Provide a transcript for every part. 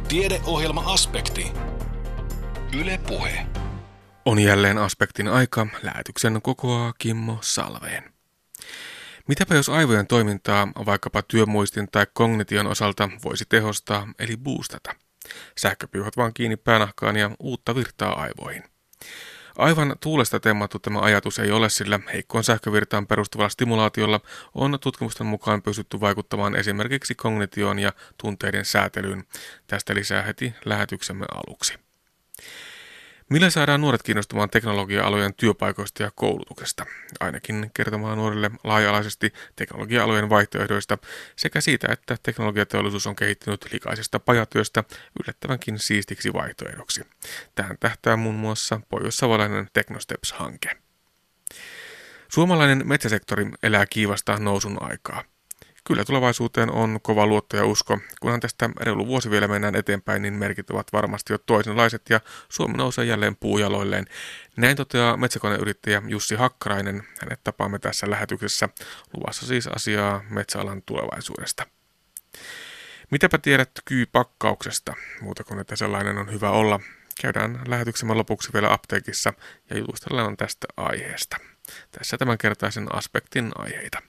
Tiedeohjelma-aspekti. Yle Puhe. On jälleen aspektin aika. Lähetyksen kokoaa Kimmo Salveen. Mitäpä jos aivojen toimintaa vaikkapa työmuistin tai kognition osalta voisi tehostaa eli boostata? Sähköpiuhat vaan kiinni päänahkaan ja uutta virtaa aivoihin. Aivan tuulesta temmattu tämä ajatus ei ole, sillä heikkoon sähkövirtaan perustuvalla stimulaatiolla on tutkimusten mukaan pystytty vaikuttamaan esimerkiksi kognitioon ja tunteiden säätelyyn. Tästä lisää heti lähetyksemme aluksi. Millä saadaan nuoret kiinnostumaan teknologia-alojen työpaikoista ja koulutuksesta? Ainakin kertomaan nuorille laaja-alaisesti teknologia-alojen vaihtoehdoista sekä siitä, että teknologiateollisuus on kehittynyt likaisesta pajatyöstä yllättävänkin siistiksi vaihtoehdoksi. Tähän tähtää muun muassa pohjois-savolainen Technosteps-hanke. Suomalainen metsäsektori elää kiivasta nousun aikaa. Kyllä tulevaisuuteen on kova luotto ja usko. Kunhan tästä reilu vuosi vielä mennään eteenpäin, niin merkit ovat varmasti jo toisenlaiset ja Suomi nousee jälleen puujaloilleen. Näin toteaa metsäkoneyrittäjä Jussi Hakkarainen. Hänet tapaamme tässä lähetyksessä. Luvassa siis asiaa metsäalan tulevaisuudesta. Mitäpä tiedät kyypakkauksesta? Muuta kuin että sellainen on hyvä olla. Käydään lähetyksemme lopuksi vielä apteekissa ja jutustellaan tästä aiheesta. Tässä tämänkertaisen aspektin aiheita.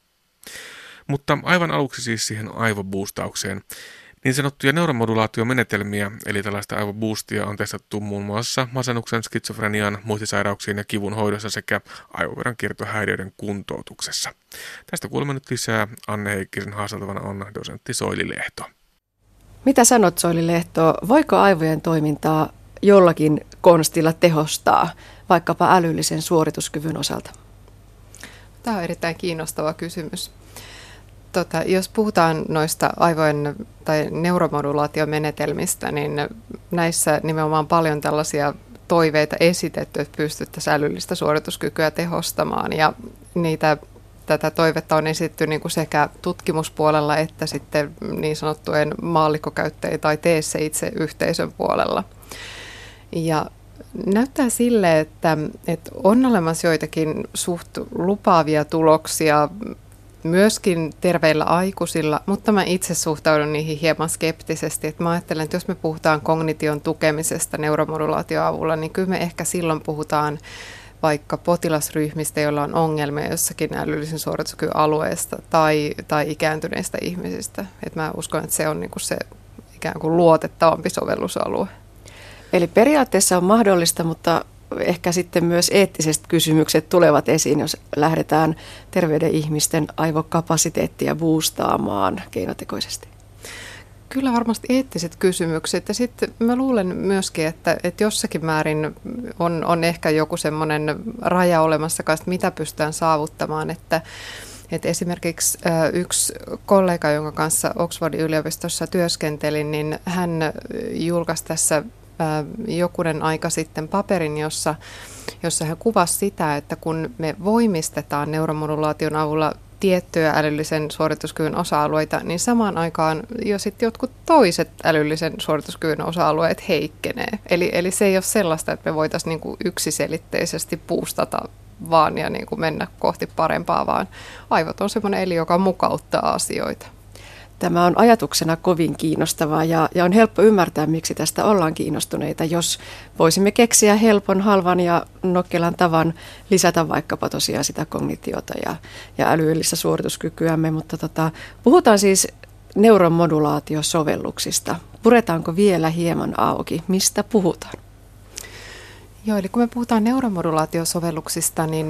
Mutta aivan aluksi siis siihen aivoboostaukseen. Niin sanottuja neuromodulaatiomenetelmiä, eli tällaista aivoboostia, on testattu muun muassa masennuksen, skitsofrenian, muistisairauksien ja kivun hoidossa sekä aivoverenkiertohäiriöiden kuntoutuksessa. Tästä kuulemme nyt lisää. Anne Heikkisen haastatavana on dosentti Soili Lehto. Mitä sanot, Soili Lehto? Voiko aivojen toimintaa jollakin konstilla tehostaa, vaikkapa älyllisen suorituskyvyn osalta? Tämä on erittäin kiinnostava kysymys. Jos puhutaan noista aivojen tai neuromodulaatiomenetelmistä, niin näissä nimenomaan paljon tällaisia toiveita esitetty, että pystyttäisiin älyllistä suorituskykyä tehostamaan. Ja tätä toivetta on esitetty niin kuin sekä tutkimuspuolella että sitten niin sanottujen maallikkokäyttäjien tai tee se itse yhteisön puolella. Ja näyttää sille, että on olemassa joitakin suht lupaavia tuloksia myöskin terveillä aikuisilla, mutta mä itse suhtaudun niihin hieman skeptisesti. Että mä ajattelen, että jos me puhutaan kognition tukemisesta neuromodulaatioavulla, niin kyllä me ehkä silloin puhutaan vaikka potilasryhmistä, joilla on ongelmia jossakin älyllisen suorituskyvyn alueesta tai ikääntyneistä ihmisistä. Että mä uskon, että se on niin kuin se ikään kuin luotettavampi sovellusalue. Eli periaatteessa on mahdollista, mutta ehkä sitten myös eettiset kysymykset tulevat esiin, jos lähdetään terveyden ihmisten aivokapasiteettia boostaamaan keinotekoisesti. Kyllä varmasti eettiset kysymykset ja sitten mä luulen myöskin, että jossakin määrin on ehkä joku semmoinen raja olemassa, että mitä pystytään saavuttamaan, että esimerkiksi yksi kollega, jonka kanssa Oxfordin yliopistossa työskentelin, niin hän julkaisi tässä jokunen aika sitten paperin, jossa hän kuvasi sitä, että kun me voimistetaan neuromodulaation avulla tiettyjä älyllisen suorituskyvyn osa-alueita, niin samaan aikaan jo sitten jotkut toiset älyllisen suorituskyvyn osa-alueet heikkenee. Eli se ei ole sellaista, että me voitaisiin niinku yksiselitteisesti boostata vaan ja niinku mennä kohti parempaa, vaan aivot on semmoinen eli, joka mukauttaa asioita. Tämä on ajatuksena kovin kiinnostavaa ja on helppo ymmärtää, miksi tästä ollaan kiinnostuneita, jos voisimme keksiä helpon, halvan ja nokkelan tavan lisätä vaikkapa tosiaan sitä kognitiota ja älyllistä suorituskykyämme. Mutta puhutaan siis neuromodulaatiosovelluksista. Puretaanko vielä hieman auki? Mistä puhutaan? Joo, eli kun me puhutaan neuromodulaatiosovelluksista, niin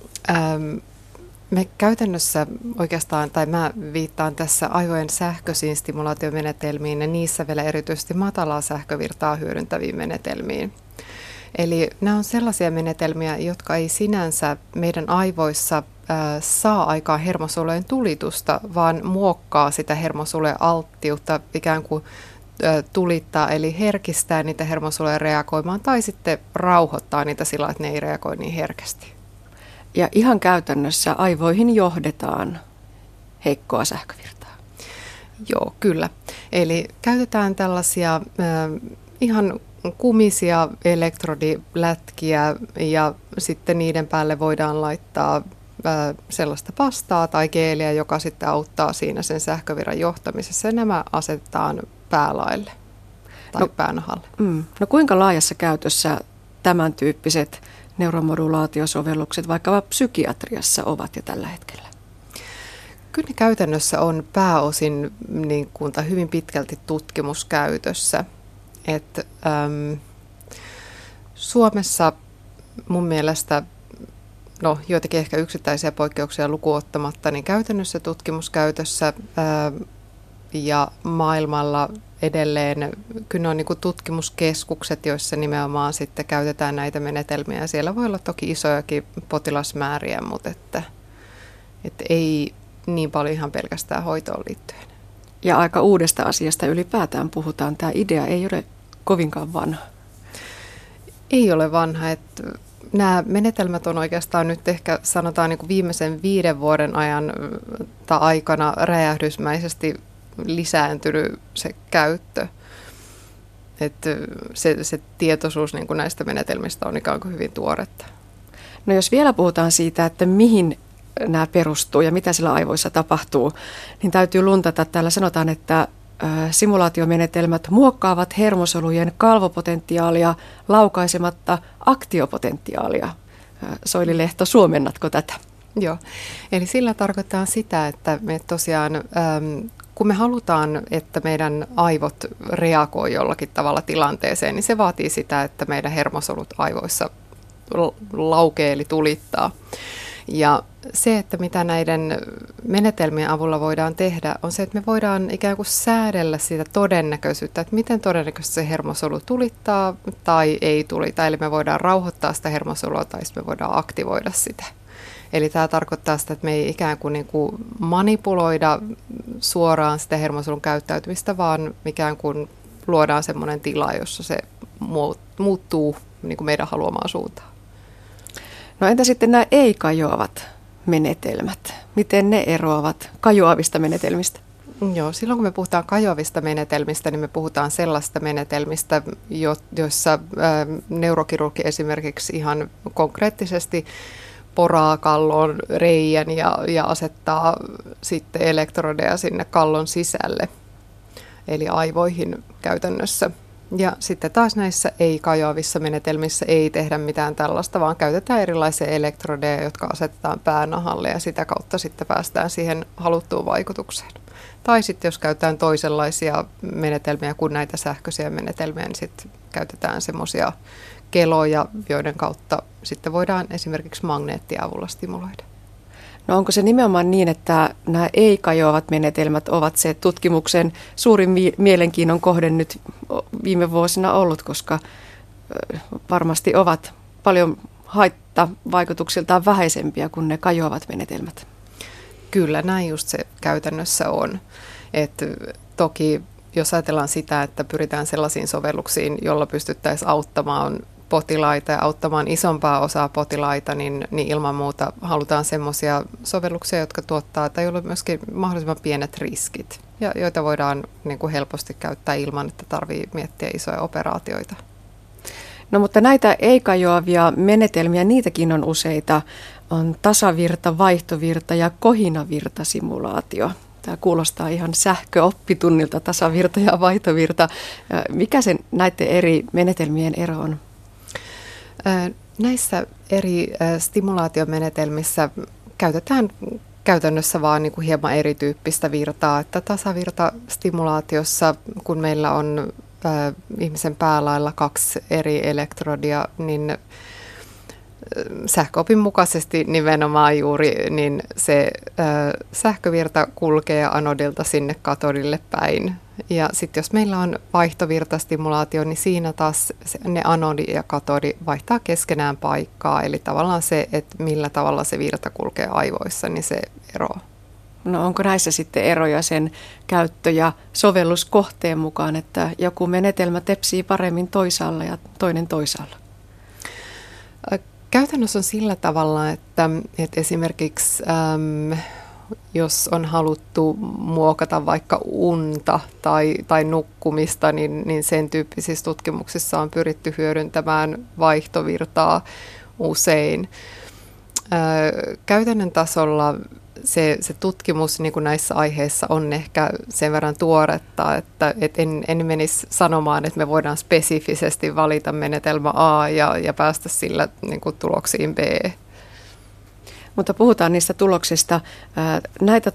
me käytännössä oikeastaan, tai mä viittaan tässä aivojen sähköisiin stimulaatiomenetelmiin ja niissä vielä erityisesti matalaa sähkövirtaa hyödyntäviin menetelmiin. Eli nämä on sellaisia menetelmiä, jotka ei sinänsä meidän aivoissa saa aikaan hermosolujen tulitusta, vaan muokkaa sitä hermosolujen alttiutta ikään kuin tulittaa, eli herkistää niitä hermosoluja reagoimaan tai sitten rauhoittaa niitä sillä, että ne ei reagoi niin herkästi. Ja ihan käytännössä aivoihin johdetaan heikkoa sähkövirtaa. Joo, kyllä. Eli käytetään tällaisia ihan kumisia elektrodilätkiä ja sitten niiden päälle voidaan laittaa sellaista pastaa tai geeliä, joka sitten auttaa siinä sen sähkövirran johtamisessa ja nämä asetetaan päälaille. tai päänahalle. No kuinka laajassa käytössä tämän tyyppiset neuromodulaatiosovellukset vaikka psykiatriassa ovat jo tällä hetkellä? Kyllä ne käytännössä on pääosin tai hyvin pitkälti tutkimuskäytössä. Suomessa mun mielestä, joitakin ehkä yksittäisiä poikkeuksia lukuun ottamatta, niin käytännössä tutkimuskäytössä ja maailmalla edelleen kyllä on tutkimuskeskukset, joissa nimenomaan sitten käytetään näitä menetelmiä. Siellä voi olla toki isojakin potilasmääriä, mutta että ei niin paljon ihan pelkästään hoitoon liittyen. Ja aika uudesta asiasta ylipäätään puhutaan. Tämä idea ei ole kovinkaan vanha. Ei ole vanha. Että nämä menetelmät on oikeastaan nyt ehkä sanotaan viimeisen 5 vuoden ajan tai aikana räjähdysmäisesti lisääntynyt se käyttö. Että se tietoisuus näistä menetelmistä on ikään kuin hyvin tuoretta. No jos vielä puhutaan siitä, että mihin nämä perustuu ja mitä sillä aivoissa tapahtuu, niin täytyy luntata. Täällä sanotaan, että simulaatiomenetelmät muokkaavat hermosolujen kalvopotentiaalia laukaisematta aktiopotentiaalia. Soili Lehto, suomennatko tätä? Joo, eli sillä tarkoittaa sitä, että me tosiaan, kun me halutaan, että meidän aivot reagoi jollakin tavalla tilanteeseen, niin se vaatii sitä, että meidän hermosolut aivoissa laukee eli tulittaa. Ja se, että mitä näiden menetelmien avulla voidaan tehdä, on se, että me voidaan ikään kuin säädellä sitä todennäköisyyttä, että miten todennäköisesti se hermosolu tulittaa tai ei tulita. Eli me voidaan rauhoittaa sitä hermosolua tai me voidaan aktivoida sitä. Eli tämä tarkoittaa sitä, että me ei ikään kuin, manipuloida suoraan sitä hermosolun käyttäytymistä, vaan ikään kuin luodaan semmoinen tila, jossa se muuttuu meidän haluamaan suuntaan. No entä sitten nämä ei-kajoavat menetelmät? Miten ne eroavat kajoavista menetelmistä? Joo, silloin kun me puhutaan kajoavista menetelmistä, niin me puhutaan sellaista menetelmistä, joissa neurokirurgi esimerkiksi ihan konkreettisesti poraa kallon reijän ja asettaa sitten elektrodeja sinne kallon sisälle, eli aivoihin käytännössä. Ja sitten taas näissä ei-kajoavissa menetelmissä ei tehdä mitään tällaista, vaan käytetään erilaisia elektrodeja, jotka asetetaan päänahalle ja sitä kautta sitten päästään siihen haluttuun vaikutukseen. Tai sitten jos käytetään toisenlaisia menetelmiä kuin näitä sähköisiä menetelmiä, niin sitten käytetään semmoisia keloja, joiden kautta sitten voidaan esimerkiksi magneettia avulla stimuloida. No onko se nimenomaan niin, että nämä ei-kajoavat menetelmät ovat se tutkimuksen suurin mielenkiinnon kohde nyt viime vuosina ollut, koska varmasti ovat paljon haittavaikutuksiltaan vähäisempiä kuin ne kajoavat menetelmät? Kyllä, näin just se käytännössä on. Et toki jos ajatellaan sitä, että pyritään sellaisiin sovelluksiin, jolla pystyttäisiin auttamaan potilaita ja auttamaan isompaa osaa potilaita, niin ilman muuta halutaan semmoisia sovelluksia, jotka tuottaa tai joilla on myöskin mahdollisimman pienet riskit, ja joita voidaan helposti käyttää ilman, että tarvitsee miettiä isoja operaatioita. No mutta näitä ei-kajoavia menetelmiä, niitäkin on useita. On tasavirta, vaihtovirta ja kohinavirtasimulaatio. Tämä kuulostaa ihan sähköoppitunnilta, tasavirta ja vaihtovirta. Mikä sen näiden eri menetelmien ero on? Näissä eri stimulaatiomenetelmissä käytetään käytännössä vaan hieman erityyppistä virtaa. Että tasavirtastimulaatiossa, kun meillä on ihmisen päälailla 2 eri elektrodia, niin sähköopin mukaisesti nimenomaan juuri niin se sähkövirta kulkee anodilta sinne katodille päin. Ja sitten jos meillä on vaihtovirtastimulaatio, niin siinä taas ne anodi ja katodi vaihtaa keskenään paikkaa. Eli tavallaan se, että millä tavalla se virta kulkee aivoissa, niin se eroaa. No onko näissä sitten eroja sen käyttö- ja sovelluskohteen mukaan, että joku menetelmä tepsii paremmin toisaalla ja toinen toisaalla? Käytännössä on sillä tavalla, että esimerkiksi jos on haluttu muokata vaikka unta tai nukkumista, niin sen tyyppisissä tutkimuksissa on pyritty hyödyntämään vaihtovirtaa usein. Käytännön tasolla se tutkimus niin kuin näissä aiheissa on ehkä sen verran tuoretta, että en menisi sanomaan, että me voidaan spesifisesti valita menetelmä A ja päästä sillä niin kuin tuloksiin B. Mutta puhutaan niistä tuloksista. Näitä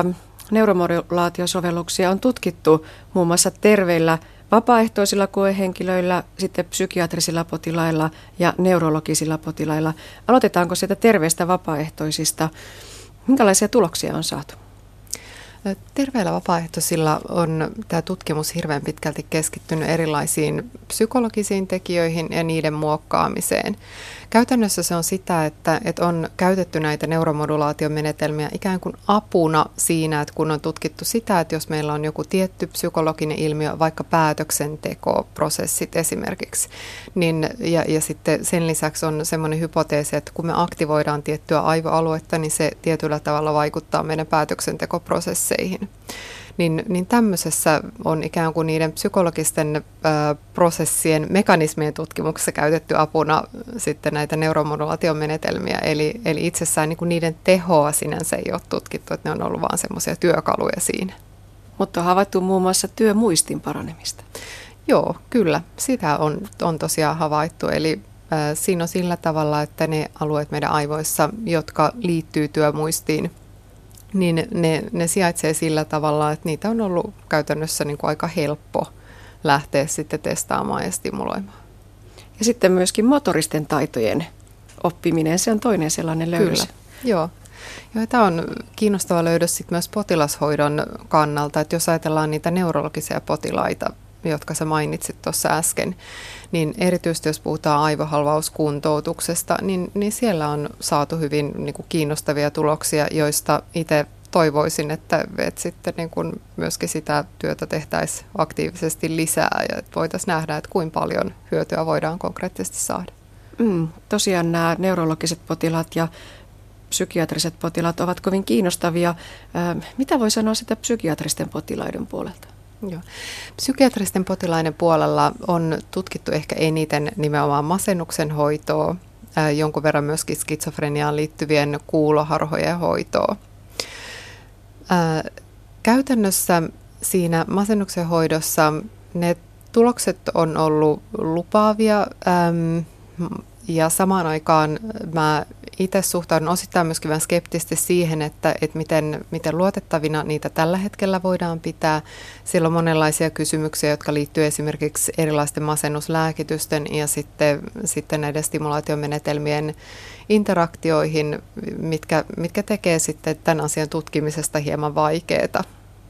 neuromodulaatiosovelluksia on tutkittu muun muassa terveillä vapaaehtoisilla koehenkilöillä, sitten psykiatrisilla potilailla ja neurologisilla potilailla. Aloitetaanko sieltä terveistä vapaaehtoisista? Minkälaisia tuloksia on saatu? Terveillä vapaaehtoisilla on tämä tutkimus hirveän pitkälti keskittynyt erilaisiin psykologisiin tekijöihin ja niiden muokkaamiseen. Käytännössä se on sitä, että on käytetty näitä neuromodulaatiomenetelmiä ikään kuin apuna siinä, että kun on tutkittu sitä, että jos meillä on joku tietty psykologinen ilmiö, vaikka päätöksentekoprosessit esimerkiksi, niin, ja sitten sen lisäksi on semmoinen hypoteesi, että kun me aktivoidaan tiettyä aivoaluetta, niin se tietyllä tavalla vaikuttaa meidän päätöksentekoprosesseihin. Niin tämmöisessä on ikään kuin niiden psykologisten prosessien mekanismien tutkimuksessa käytetty apuna sitten näitä neuromodulaatiomenetelmiä. Eli itsessään niin kuin niiden tehoa sinänsä ei ole tutkittu, että ne on ollut vaan semmoisia työkaluja siinä. Mutta on havaittu muun muassa työmuistin paranemista. Joo, kyllä. Sitä on tosiaan havaittu. Eli siinä on sillä tavalla, että ne alueet meidän aivoissa, jotka liittyy työmuistiin, niin ne sijaitsee sillä tavalla, että niitä on ollut käytännössä niin kuin aika helppo lähteä sitten testaamaan ja stimuloimaan. Ja sitten myöskin motoristen taitojen oppiminen, se on toinen sellainen löydös. Kyllä, joo. Tämä on kiinnostava löydös sitten myös potilashoidon kannalta, että jos ajatellaan niitä neurologisia potilaita, jotka sä mainitsit tuossa äsken, niin erityisesti jos puhutaan aivohalvauskuntoutuksesta, niin siellä on saatu hyvin niin kuin kiinnostavia tuloksia, joista itse toivoisin, että sitten niin kuin myöskin sitä työtä tehtäisiin aktiivisesti lisää ja että voitaisiin nähdä, että kuinka paljon hyötyä voidaan konkreettisesti saada. Tosiaan nämä neurologiset potilaat ja psykiatriset potilaat ovat kovin kiinnostavia. Mitä voi sanoa sitä psykiatristen potilaiden puolelta? Joo. Psykiatristen potilaiden puolella on tutkittu ehkä eniten nimenomaan masennuksen hoitoa, jonkun verran myöskin skitsofreniaan liittyvien kuuloharhojen hoitoa. Käytännössä siinä masennuksen hoidossa ne tulokset on ollut lupaavia ja samaan aikaan mä itse suhtaudun osittain myöskin vähän skeptisesti siihen, että miten luotettavina niitä tällä hetkellä voidaan pitää. Siellä on monenlaisia kysymyksiä, jotka liittyy esimerkiksi erilaisten masennuslääkitysten ja sitten näiden stimulaatiomenetelmien interaktioihin, mitkä tekee sitten tämän asian tutkimisesta hieman vaikeaa.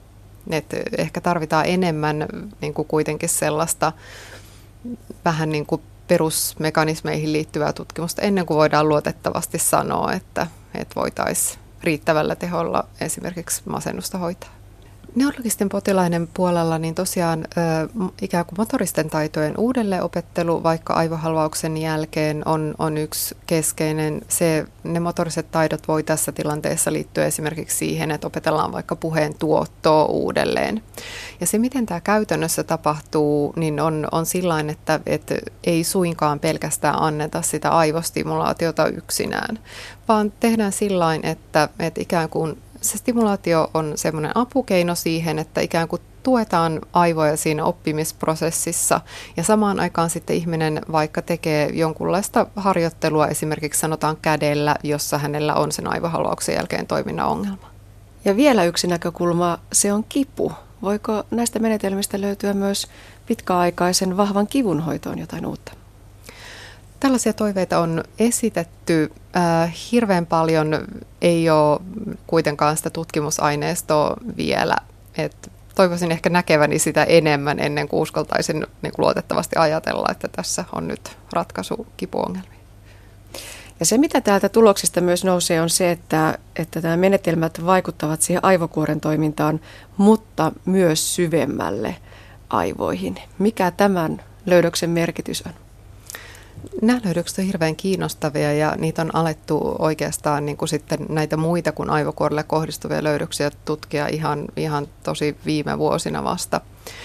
Ehkä tarvitaan enemmän niin kuin kuitenkin sellaista vähän niin kuin perusmekanismeihin liittyvää tutkimusta ennen kuin voidaan luotettavasti sanoa, että voitaisiin riittävällä teholla esimerkiksi masennusta hoitaa. Neurologisten potilaiden puolella niin tosiaan ikään kuin motoristen taitojen uudelleenopettelu vaikka aivohalvauksen jälkeen on yksi keskeinen. Ne motoriset taidot voi tässä tilanteessa liittyä esimerkiksi siihen, että opetellaan vaikka puheen tuottoa uudelleen. Ja se, miten tämä käytännössä tapahtuu, niin on sillain, että ei suinkaan pelkästään anneta sitä aivostimulaatiota yksinään, vaan tehdään sillain, että ikään kuin se stimulaatio on semmoinen apukeino siihen, että ikään kuin tuetaan aivoja siinä oppimisprosessissa ja samaan aikaan sitten ihminen vaikka tekee jonkunlaista harjoittelua esimerkiksi sanotaan kädellä, jossa hänellä on sen aivohalvauksen jälkeen toiminnan ongelma. Ja vielä yksi näkökulma, se on kipu. Voiko näistä menetelmistä löytyä myös pitkäaikaisen vahvan kivun hoitoon jotain uutta? Tällaisia toiveita on esitetty. Hirveän paljon ei ole kuitenkaan sitä tutkimusaineistoa vielä. Toivoisin ehkä näkeväni sitä enemmän ennen kuin uskaltaisin niin kuin luotettavasti ajatella, että tässä on nyt ratkaisu kipuongelmiin. Ja se, mitä täältä tuloksista myös nousee, on se, että nämä menetelmät vaikuttavat siihen aivokuoren toimintaan, mutta myös syvemmälle aivoihin. Mikä tämän löydöksen merkitys on? Nämä löydökset on hirveän kiinnostavia ja niitä on alettu oikeastaan niin kuin sitten näitä muita kuin aivokuorelle kohdistuvia löydöksiä tutkia ihan tosi viime vuosina vasta.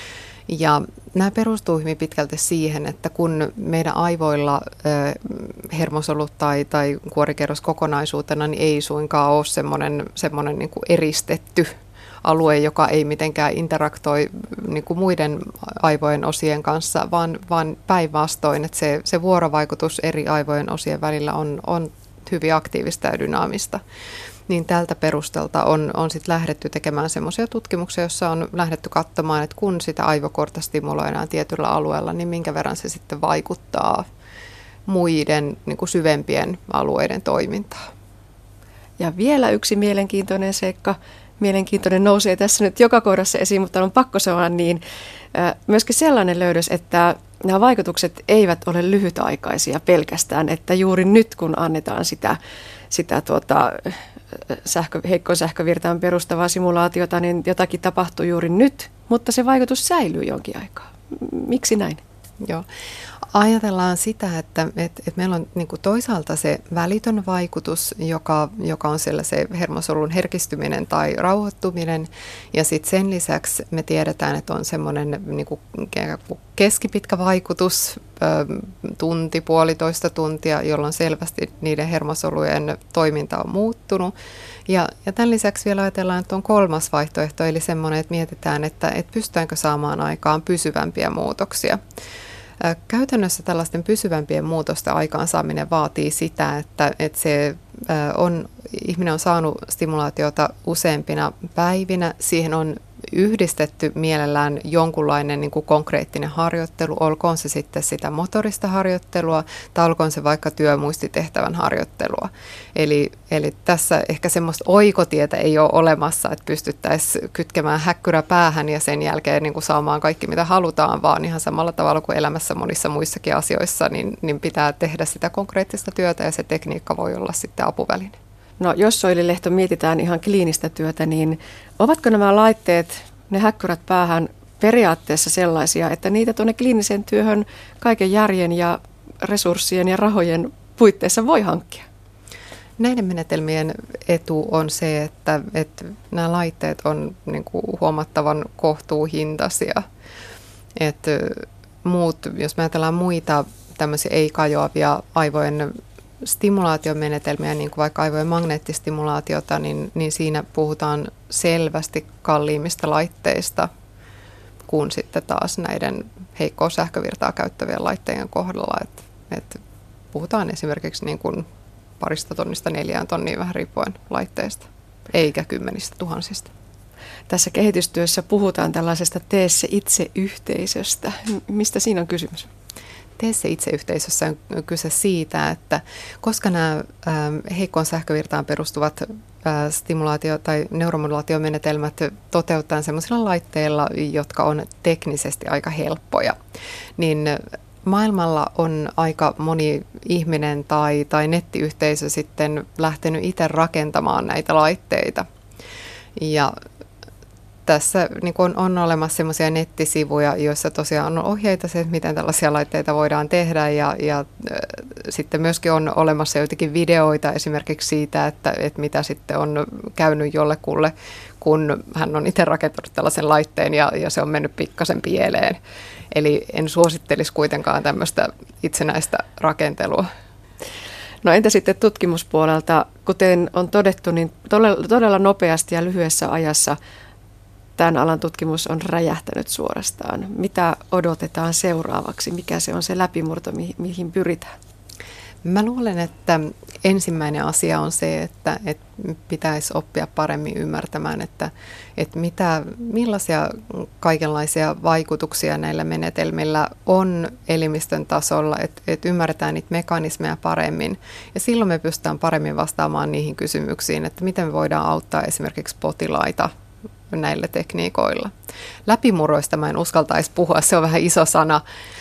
Ja nämä perustuu hyvin pitkälti siihen, että kun meidän aivoilla hermosolut tai kuorikerros kokonaisuutena niin ei suinkaan ole semmoinen niin kuin eristetty alue, joka ei mitenkään interaktoi niin kuin muiden aivojen osien kanssa, vaan päinvastoin, että se vuorovaikutus eri aivojen osien välillä on hyvin aktiivista ja dynaamista. Niin tältä perustalta on sitten lähdetty tekemään semmoisia tutkimuksia, joissa on lähdetty katsomaan, että kun sitä aivokorta stimuloidaan tietyllä alueella, niin minkä verran se sitten vaikuttaa muiden niin kuin syvempien alueiden toimintaan. Ja vielä yksi mielenkiintoinen seikka, mielenkiintoinen nousee tässä nyt joka kohdassa esiin, mutta on pakko sanoa niin, myöskin sellainen löydös, että nämä vaikutukset eivät ole lyhytaikaisia pelkästään, että juuri nyt kun annetaan sitä heikkoon sähkövirtaan perustavaa simulaatiota, niin jotakin tapahtuu juuri nyt, mutta se vaikutus säilyy jonkin aikaa. Miksi näin? Joo. Ajatellaan sitä, että meillä on niin kuin toisaalta se välitön vaikutus, joka on siellä se hermosolun herkistyminen tai rauhoittuminen. Ja sitten sen lisäksi me tiedetään, että on semmoinen niin kuin keskipitkä vaikutus, tunti, puolitoista tuntia, jolloin selvästi niiden hermosolujen toiminta on muuttunut. Ja tämän lisäksi vielä ajatellaan, että on kolmas vaihtoehto, eli semmoinen, että mietitään, että pystytäänkö saamaan aikaan pysyvämpiä muutoksia. Käytännössä tällaisten pysyvämpien muutosten aikaansaaminen vaatii sitä, että ihminen on saanut stimulaatiota useampina päivinä. Siihen on yhdistetty mielellään jonkunlainen niin kuin konkreettinen harjoittelu, olkoon se sitten sitä motorista harjoittelua tai olkoon se vaikka työmuistitehtävän harjoittelua. Eli tässä ehkä semmoista oikotietä ei ole olemassa, että pystyttäisiin kytkemään häkkyrä päähän ja sen jälkeen niin kuin saamaan kaikki mitä halutaan, vaan ihan samalla tavalla kuin elämässä monissa muissakin asioissa, niin pitää tehdä sitä konkreettista työtä ja se tekniikka voi olla sitten apuväline. No jos Soili Lehto mietitään ihan kliinistä työtä, niin ovatko nämä laitteet, ne häkkyrät päähän periaatteessa sellaisia, että niitä tuonne kliiniseen työhön kaiken järjen ja resurssien ja rahojen puitteissa voi hankkia? Näiden menetelmien etu on se, että nämä laitteet on niin kuin huomattavan kohtuuhintaisia. Että jos me ajatellaan muita tämmöisiä ei-kajoavia aivojen stimulaatiomenetelmiä, niin kuin vaikka aivojen magneettistimulaatiota, niin siinä puhutaan selvästi kalliimmista laitteista kuin sitten taas näiden heikkoa sähkövirtaa käyttävien laitteiden kohdalla. Et puhutaan esimerkiksi niin kuin 2 tonnista 4 tonniin vähän riippuen laitteesta, eikä 10 000. Tässä kehitystyössä puhutaan tällaisesta tee se itse -yhteisöstä. Mistä siinä on kysymys? Tee se itse -yhteisössä on kyse siitä, että koska nämä heikkoon sähkövirtaan perustuvat stimulaatio- tai neuromodulaatiomenetelmät toteutetaan sellaisilla laitteilla, jotka on teknisesti aika helppoja, niin maailmalla on aika moni ihminen tai nettiyhteisö sitten lähtenyt itse rakentamaan näitä laitteita. Ja tässä niin on olemassa sellaisia nettisivuja, joissa tosiaan on ohjeita se, miten tällaisia laitteita voidaan tehdä ja sitten myöskin on olemassa joitakin videoita esimerkiksi siitä, että mitä sitten on käynyt jollekulle, kun hän on itse rakentanut tällaisen laitteen ja se on mennyt pikkasen pieleen. Eli en suosittelisi kuitenkaan tämmöistä itsenäistä rakentelua. No entä sitten tutkimuspuolelta, kuten on todettu, niin todella nopeasti ja lyhyessä ajassa tämän alan tutkimus on räjähtänyt suorastaan. Mitä odotetaan seuraavaksi? Mikä se on se läpimurto, mihin pyritään? Mä luulen, että ensimmäinen asia on se, että pitäisi oppia paremmin ymmärtämään, että millaisia kaikenlaisia vaikutuksia näillä menetelmillä on elimistön tasolla, että ymmärretään niitä mekanismeja paremmin. Ja silloin me pystytään paremmin vastaamaan niihin kysymyksiin, että miten me voidaan auttaa esimerkiksi potilaita näillä tekniikoilla. Läpimurroista mä en uskaltaisi puhua, se on vähän iso sana.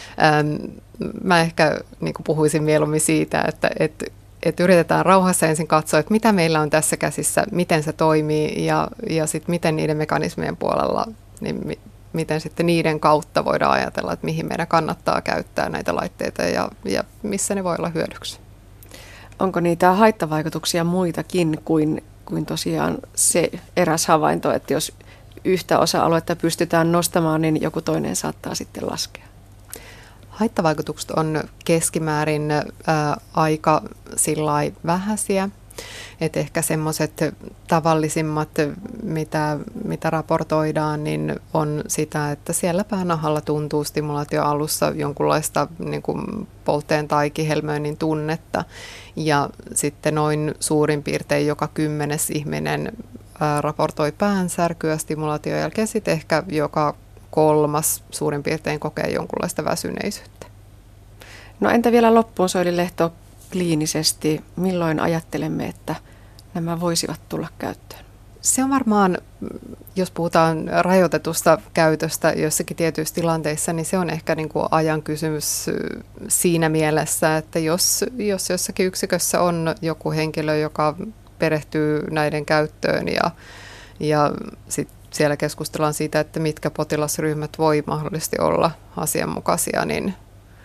Mä ehkä niin kuin puhuisin mieluummin siitä, että yritetään rauhassa ensin katsoa, että mitä meillä on tässä käsissä, miten se toimii ja sitten miten niiden mekanismien puolella, niin miten sitten niiden kautta voidaan ajatella, että mihin meidän kannattaa käyttää näitä laitteita ja missä ne voi olla hyödyksi. Onko niitä haittavaikutuksia muitakin kuin tosiaan se eräs havainto, että jos yhtä osa-aluetta pystytään nostamaan, niin joku toinen saattaa sitten laskea. Haittavaikutukset on keskimäärin aika sillai vähäisiä. Et ehkä semmoiset tavallisimmat, mitä raportoidaan, niin on sitä, että siellä päänahalla tuntuu stimulaatioalussa jonkunlaista niin kuin poltteen tai kihelmöinnin tunnetta. Ja sitten noin suurin piirtein joka 10. ihminen raportoi päänsärkyä stimulaation jälkeen. Sitten ehkä joka 3. suurin piirtein kokee jonkunlaista väsyneisyyttä. No entä vielä loppuun, Soili Lehto, kliinisesti, milloin ajattelemme, että nämä voisivat tulla käyttöön? Se on varmaan, jos puhutaan rajoitetusta käytöstä joissakin tietyissä tilanteissa, niin se on ehkä niin kuin ajan kysymys siinä mielessä, että jos jossakin yksikössä on joku henkilö, joka perehtyy näiden käyttöön ja sitten siellä keskustellaan siitä, että mitkä potilasryhmät voi mahdollisesti olla asianmukaisia, niin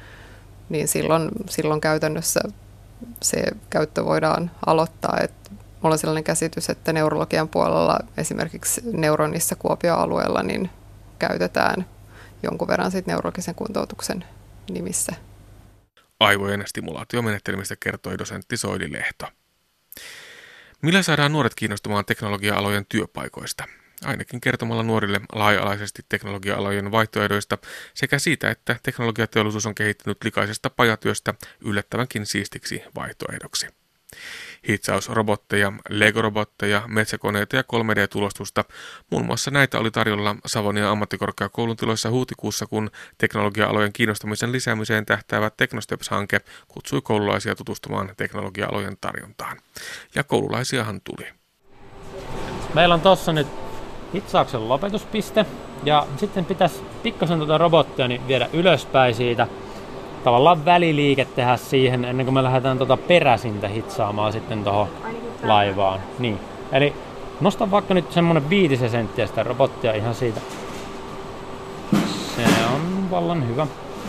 silloin käytännössä se käyttö voidaan aloittaa. Mulla on sellainen käsitys, että neurologian puolella esimerkiksi Neuronissa Kuopio-alueella niin käytetään jonkun verran sit neurologisen kuntoutuksen nimissä. Aivojen stimulaatiomenetelmistä kertoi dosentti Soili Lehto. Millä saadaan nuoret kiinnostumaan teknologia-alojen työpaikoista? Ainakin kertomalla nuorille laaja-alaisesti teknologia-alojen vaihtoehdoista sekä siitä, että teknologiateollisuus on kehittynyt likaisesta pajatyöstä yllättävänkin siistiksi vaihtoehdoksi. Hitsausrobotteja, Lego-robotteja, metsäkoneita ja 3D-tulostusta. Muun muassa näitä oli tarjolla Savonian ammattikorkeakoulun tiloissa huhtikuussa, kun teknologia-alojen kiinnostamisen lisäämiseen tähtäävä Technosteps-hanke kutsui koululaisia tutustumaan teknologia-alojen tarjontaan. Ja koululaisiahan tuli. Meillä on tuossa nyt hitsauksen lopetuspiste ja sitten pitäisi pikkasen tuota robottia niin viedä ylöspäin siitä. Tavallaan väliliike tehdä siihen ennen kuin me lähdetään tuota peräsintä hitsaamaan sitten tuohon laivaan. Niin. Eli nostan vaikka nyt semmonen 5 senttiä sitä robottia ihan siitä. Se on vallan hyvä.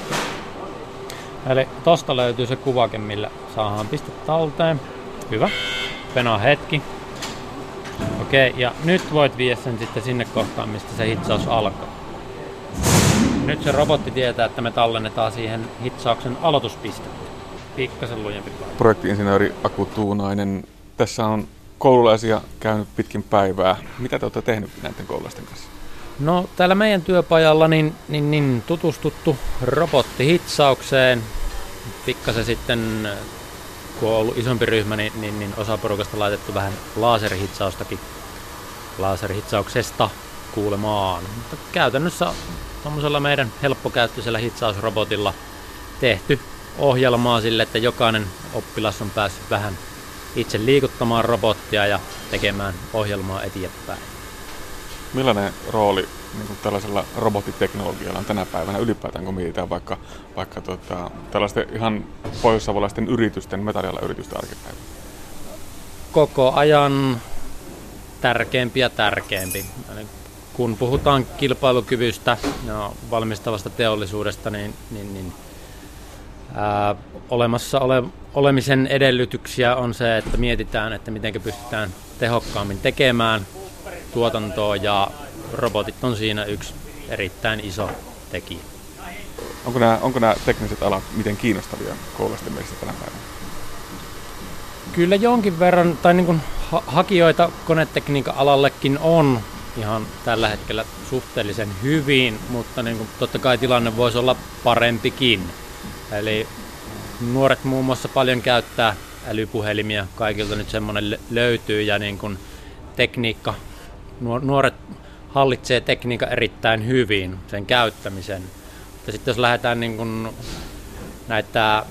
Eli tosta löytyy se kuvake, millä saadaan piste talteen. Hyvä. Penaa hetki. Okei, ja nyt voit viedä sen sitten sinne kohtaan, mistä se hitsaus alkaa. Nyt se robotti tietää, että me tallennetaan siihen hitsauksen aloituspistettä. Pikkasen lujempi päivä. Projekti-insinööri Aku Tuunainen, tässä on koululaisia käynyt pitkin päivää. Mitä te olette tehnyt näiden koululaisten kanssa? No täällä meidän työpajalla niin tutustuttu robottihitsaukseen. Pikkasen sitten, kun on ollut isompi ryhmä, niin osa porukasta laitettu vähän laserhitsauksesta kuulemaan. Mutta käytännössä tuollaisella meidän helppokäyttöisellä hitsausrobotilla tehty ohjelmaa sille, että jokainen oppilas on päässyt vähän itse liikuttamaan robottia ja tekemään ohjelmaa eteenpäin. Millainen rooli niin tällaisella robottiteknologialla on tänä päivänä ylipäätään, kun mietitään vaikka tällaisten ihan pohjois-savolaisten yritysten, metallialan yritysten arkipäivä? Koko ajan tärkeämpi ja tärkeämpi. Kun puhutaan kilpailukyvystä ja valmistavasta teollisuudesta, niin olemassa olemisen edellytyksiä on se, että mietitään, että miten pystytään tehokkaammin tekemään tuotantoa, ja robotit on siinä yksi erittäin iso tekijä. Onko nämä tekniset alat miten kiinnostavia koululaisten mielestä tänä päivänä? Kyllä jonkin verran, tai niin kuin hakijoita konetekniikan alallekin on ihan tällä hetkellä suhteellisen hyvin, mutta niin kuin totta kai tilanne voisi olla parempikin. Eli nuoret muun muassa paljon käyttää älypuhelimia, kaikilta nyt semmoinen löytyy, ja niin kuin tekniikka, nuoret hallitsee tekniikan erittäin hyvin, sen käyttämisen. Mutta sitten jos lähdetään niin kuin näitä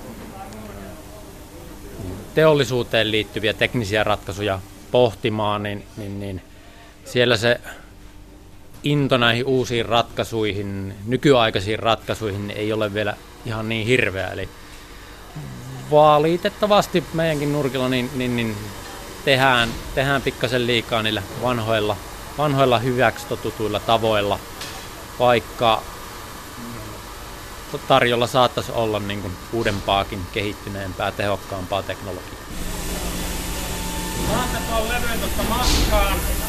teollisuuteen liittyviä teknisiä ratkaisuja pohtimaan, niin siellä se into näihin uusiin ratkaisuihin, nykyaikaisiin ratkaisuihin ei ole vielä ihan niin hirveä. Eli valitettavasti meidänkin nurkilla niin tehdään pikkasen liikaa niillä vanhoilla hyväksi totutuilla tavoilla, vaikka tarjolla saattaisi olla niin kuin uudempaakin, kehittyneempää, tehokkaampaa teknologiaa. Saatte tuon levyn tuosta matkaan.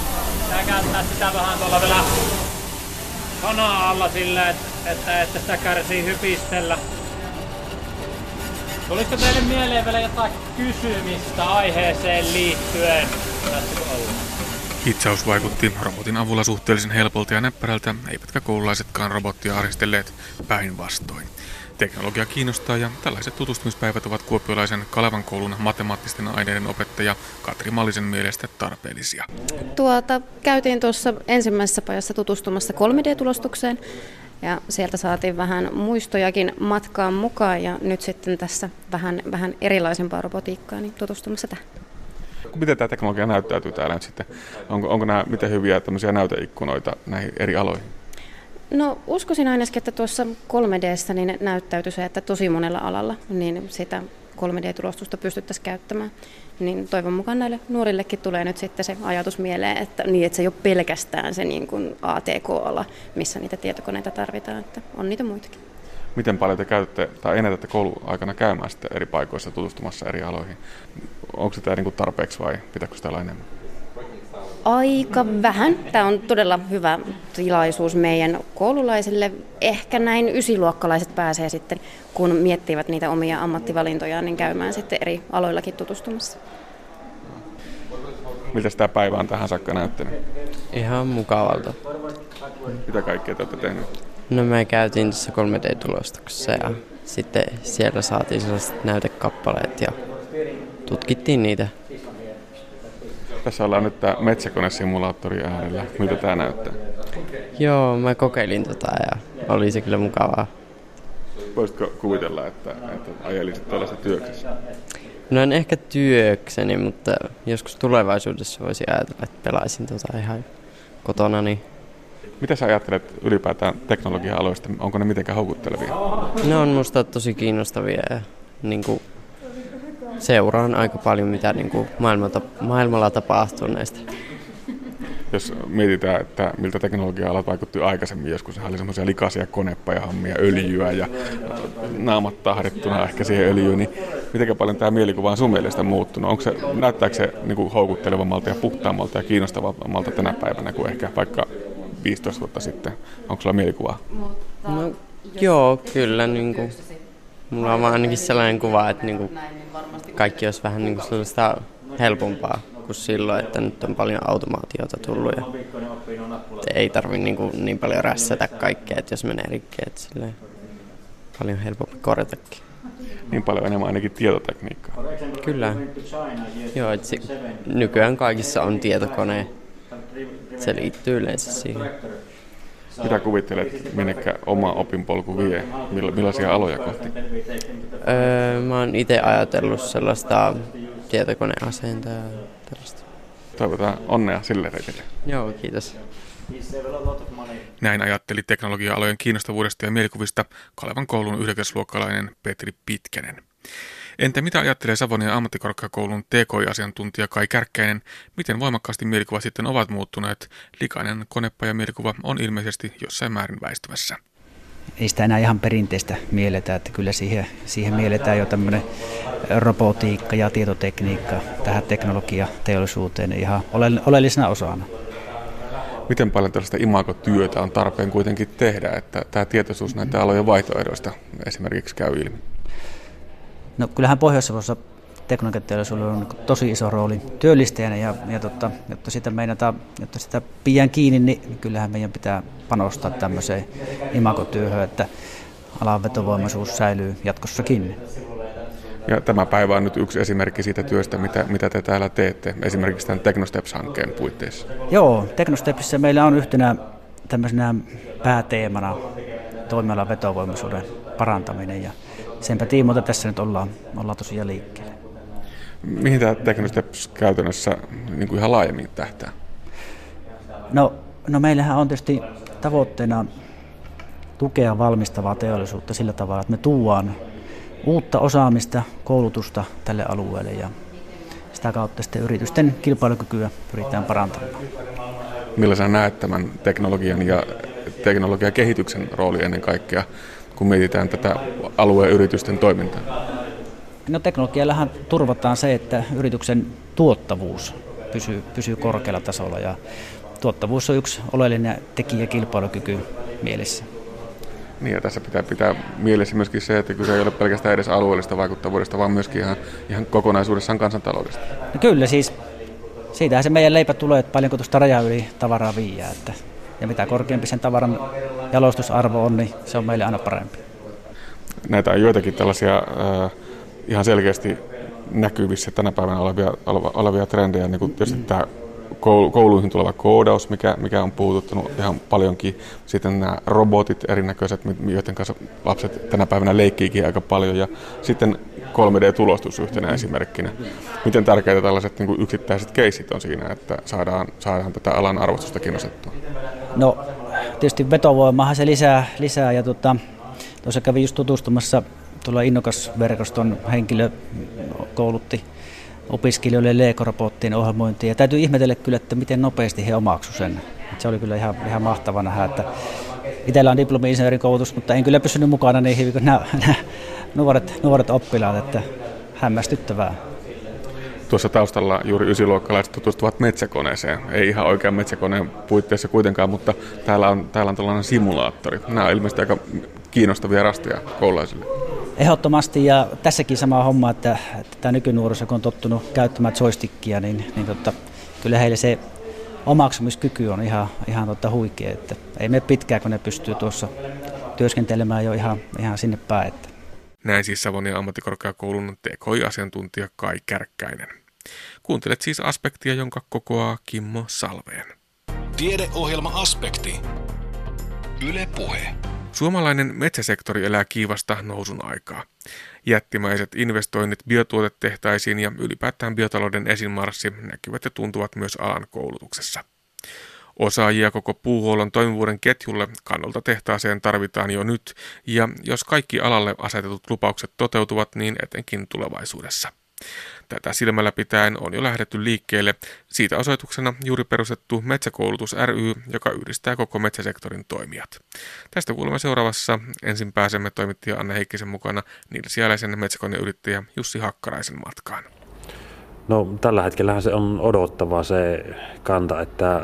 Tää käyttää sitä vähän tuolla vielä kanaa alla sillä, että sitä kärsii hypistellä. Tulisiko teille mieleen vielä jotain kysymistä aiheeseen liittyen? Hitsaus vaikutti robotin avulla suhteellisen helpolta ja näppärältä, eivätkä koululaisetkaan robottia aristelleet päinvastoin. Teknologia kiinnostaa ja tällaiset tutustumispäivät ovat kuopiolaisen Kalevan koulun matemaattisten aineiden opettaja Katri Mallisen mielestä tarpeellisia. Käytiin tuossa ensimmäisessä pajassa tutustumassa 3D-tulostukseen ja sieltä saatiin vähän muistojakin matkaan mukaan ja nyt sitten tässä vähän erilaisempaa robotiikkaa niin tutustumassa tähän. Miten tämä teknologia näyttäytyy täällä nyt sitten? Onko nämä miten hyviä tämmöisiä näyteikkunoita näihin eri aloihin? No uskoisin ainakin, että tuossa 3D:ssä niin näyttäytyi se, että tosi monella alalla niin sitä 3D-tulostusta pystyttäisiin käyttämään. Niin toivon mukaan näille nuorillekin tulee nyt sitten se ajatus mieleen, että se ei ole pelkästään se niin kuin ATK-ala, missä niitä tietokoneita tarvitaan, että on niitä muitakin. Miten paljon te käytätte tai ennätätte kouluaikana käymään sitten eri paikoissa tutustumassa eri aloihin? Onko sitä niin kuin tarpeeksi vai pitääkö sitä olla enemmän? Aika vähän. Tämä on todella hyvä tilaisuus meidän koululaisille. Ehkä näin ysiluokkalaiset pääsee sitten, kun miettivät niitä omia ammattivalintojaan, niin käymään sitten eri aloillakin tutustumassa. Miltä tämä päivä on tähän saakka näyttänyt? Ihan mukavalta. Mitä kaikkea te olette tehneet? No me käytiin tässä 3D-tulostuksessa ja sitten siellä saatiin sellaiset näytekappaleet ja tutkittiin niitä. Tässä ollaan nyt tämä metsäkonesimulaattori äärellä. Miltä tämä näyttää? Joo, mä kokeilin ja oli se kyllä mukavaa. Voisitko kuvitella, että ajelisit tällaista työksessä? No en ehkä työkseni, mutta joskus tulevaisuudessa voisin ajatella, että pelaisin ihan kotona. Niin. Mitä sä ajattelet ylipäätään teknologia-aloista? Onko ne mitenkään houkuttelevia? Ne on musta tosi kiinnostavia ja seuraan aika paljon, mitä maailmalla tapahtuu näistä. Jos mietitään, että miltä teknologia-alat vaikutti aikaisemmin, joskus oli semmoisia likaisia konepajahammia, öljyä ja naamat tahrittuna ehkä siihen öljyyn, niin miten paljon tämä mielikuva on sun mielestä muuttunut? Näyttääkö se houkuttelevammalta ja puhtaammalta ja kiinnostavammalta tänä päivänä kuin ehkä vaikka 15 vuotta sitten? Onko sulla mielikuvaa? No, joo, kyllä. Mulla on ainakin sellainen kuva, että kaikki olisi vähän sellaista helpompaa kuin silloin, että nyt on paljon automaatiota tullut ja ei tarvitse niin paljon rässätä kaikkea, että jos menee rikki, että silleen paljon helpompi korjatakin. Niin paljon enemmän ainakin tietotekniikkaa. Kyllä. Joo, nykyään kaikissa on tietokone. Se liittyy yleensä siihen. Mitä kuvittelet, minnekä oma opinpolku vie? Millaisia aloja kohti? Mä oon itse ajatellut sellaista tietokoneasentaa ja tällaista. Toivotaan onnea sille reitille. Joo, kiitos. Näin ajatteli teknologia-alojen kiinnostavuudesta ja mielikuvista Kalevan koulun 9-luokkalainen Petri Pitkänen. Entä mitä ajattelee Savonia ammattikorkeakoulun TKI-asiantuntija Kai Kärkkäinen? Miten voimakkaasti mielikuvat sitten ovat muuttuneet? Likainen konepajamielikkuva on ilmeisesti jossain määrin väistymässä. Ei sitä enää ihan perinteistä mielletä, että kyllä siihen mielletään jo tämmöinen robotiikka ja tietotekniikka tähän teknologiateollisuuteen ihan oleellisena osana. Miten paljon tällaista imagotyötä on tarpeen kuitenkin tehdä, että tämä tietoisuus näitä alojen vaihtoehdoista esimerkiksi käy ilmi? No kyllähän Pohjois-Savossa teknologiateollisuudella on tosi iso rooli työllistäjänä ja jotta sitä pidään kiinni, niin kyllähän meidän pitää panostaa tämmöiseen imagotyöhön, että alan vetovoimaisuus säilyy jatkossakin. Ja tämä päivä on nyt yksi esimerkki siitä työstä, mitä te täällä teette, esimerkiksi tämän Technosteps-hankkeen puitteissa. Joo, Technostepsissä meillä on yhtenä tämmöisenä pääteemana toimialan vetovoimaisuuden parantaminen ja senpä tiimoilta tässä nyt ollaan tosiaan liikkeellä. Mihin tämä Technosteps käytännössä ihan laajemmin tähtää? No meillähän on tietysti tavoitteena tukea valmistavaa teollisuutta sillä tavalla, että me tuodaan uutta osaamista, koulutusta tälle alueelle ja sitä kautta sitten yritysten kilpailukykyä pyritään parantamaan. Millaisena näet tämän teknologian ja teknologiakehityksen rooli ennen kaikkea, kun mietitään tätä alueen yritysten toimintaa? No teknologiallahan turvataan se, että yrityksen tuottavuus pysyy korkealla tasolla ja tuottavuus on yksi oleellinen tekijä kilpailukyky mielessä. Niin, ja tässä pitää mielessä myöskin se, että kyse ei ole pelkästään edes alueellista vaikuttavuudesta, vaan myöskin ihan kokonaisuudessaan kansantaloudesta. No kyllä, siis siitähän se meidän leipä tulee, että paljonko tuosta rajan yli tavaraa viiää. Ja mitä korkeampi sen tavaran jalostusarvo on, niin se on meille aina parempi. Näitä on joitakin tällaisia ihan selkeästi näkyvissä tänä päivänä olevia trendejä, niin kuin tietysti tämä kouluihin tuleva koodaus, mikä on puhututtanut ihan paljonkin. Sitten nämä robotit erinäköiset, joiden kanssa lapset tänä päivänä leikkiikin aika paljon. Ja sitten 3D-tulostus yhtenä esimerkkinä. Miten tärkeitä tällaiset niin kuin yksittäiset keissit on siinä, että saadaan tätä alan arvostustakin nostettua? No tietysti vetovoimahan se lisää ja tuossa kävin just tutustumassa, tuolla Innokas-verkoston henkilö koulutti opiskelijoille Lego-robottien ohjelmointia. Ja täytyy ihmetellä kyllä, että miten nopeasti he omaksuivat sen. Se oli kyllä ihan mahtava nähdä, että itsellä on diplomi-insinöörin koulutus, mutta en kyllä pysynyt mukana niin hyvin kuin nämä nuoret oppilaat, että hämmästyttävää. Tuossa taustalla juuri ysiluokkalaiset tutustuvat metsäkoneeseen. Ei ihan oikean metsäkoneen puitteissa kuitenkaan, mutta täällä on tällainen simulaattori. Nämä on ilmeisesti aika kiinnostavia rasteja koululaisille. Ehdottomasti, ja tässäkin sama homma, että tämä nykynuoriso, kun on tottunut käyttämään joystickia, niin kyllä heille se omaksumiskyky on ihan huikea. Että ei mene pitkään, kun ne pystyy tuossa työskentelemään jo ihan sinne päin. Että. Näin siis Savonia ammattikorkeakoulun TKI-asiantuntija Kai Kärkkäinen. Kuuntelet siis Aspektia, jonka kokoaa Kimmo Salveen. Tiedeohjelma Aspekti. Yle Puhe. Suomalainen metsäsektori elää kiivasta nousun aikaa. Jättimäiset investoinnit biotuotetehtaisiin ja ylipäätään biotalouden esinmarssi näkyvät ja tuntuvat myös alan koulutuksessa. Osaajia koko puuhuollon toimivuuden ketjulle kannolta tehtaaseen tarvitaan jo nyt, ja jos kaikki alalle asetetut lupaukset toteutuvat, niin etenkin tulevaisuudessa. Tätä silmällä pitäen on jo lähdetty liikkeelle, siitä osoituksena juuri perustettu Metsäkoulutus ry, joka yhdistää koko metsäsektorin toimijat. Tästä kuulemme seuraavassa. Ensin pääsemme toimittaja Anne Heikkisen mukana nilsiäläisen metsäkoneyrittäjä Jussi Hakkaraisen matkaan. No tällä hetkellähän se on odottava se kanta, että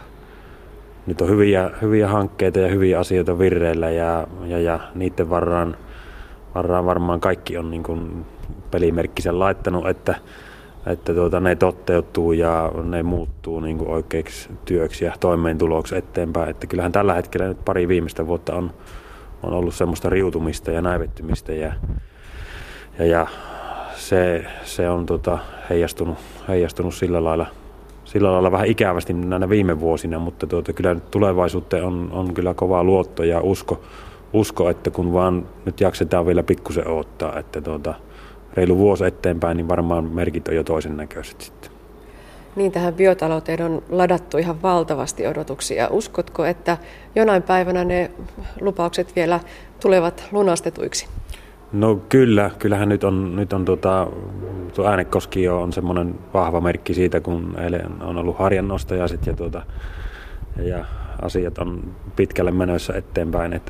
nyt on hyviä hankkeita ja hyviä asioita vireillä ja niiden varaan varmaan kaikki on niin kuin pelimerkkisen laittanut, että ne toteutuu ja ne muuttuu niin kuin oikeaksi työksi ja toimeentuloksi eteenpäin. Että kyllähän tällä hetkellä nyt pari viimeistä vuotta on ollut semmoista riutumista ja näivettymistä ja se on heijastunut sillä lailla vähän ikävästi näinä viime vuosina, mutta kyllä tulevaisuuteen on kyllä kova luotto ja usko, että kun vaan nyt jaksetaan vielä pikkusen odottaa, että reilu vuosi eteenpäin, niin varmaan merkit on jo toisen näköiset sitten. Niin, tähän biotalouteen on ladattu ihan valtavasti odotuksia. Uskotko, että jonain päivänä ne lupaukset vielä tulevat lunastetuiksi? No kyllähän nyt on tuo Äänekoski on semmoinen vahva merkki siitä, kun eilen on ollut harjannostajaiset ja asiat on pitkälle menossa eteenpäin, että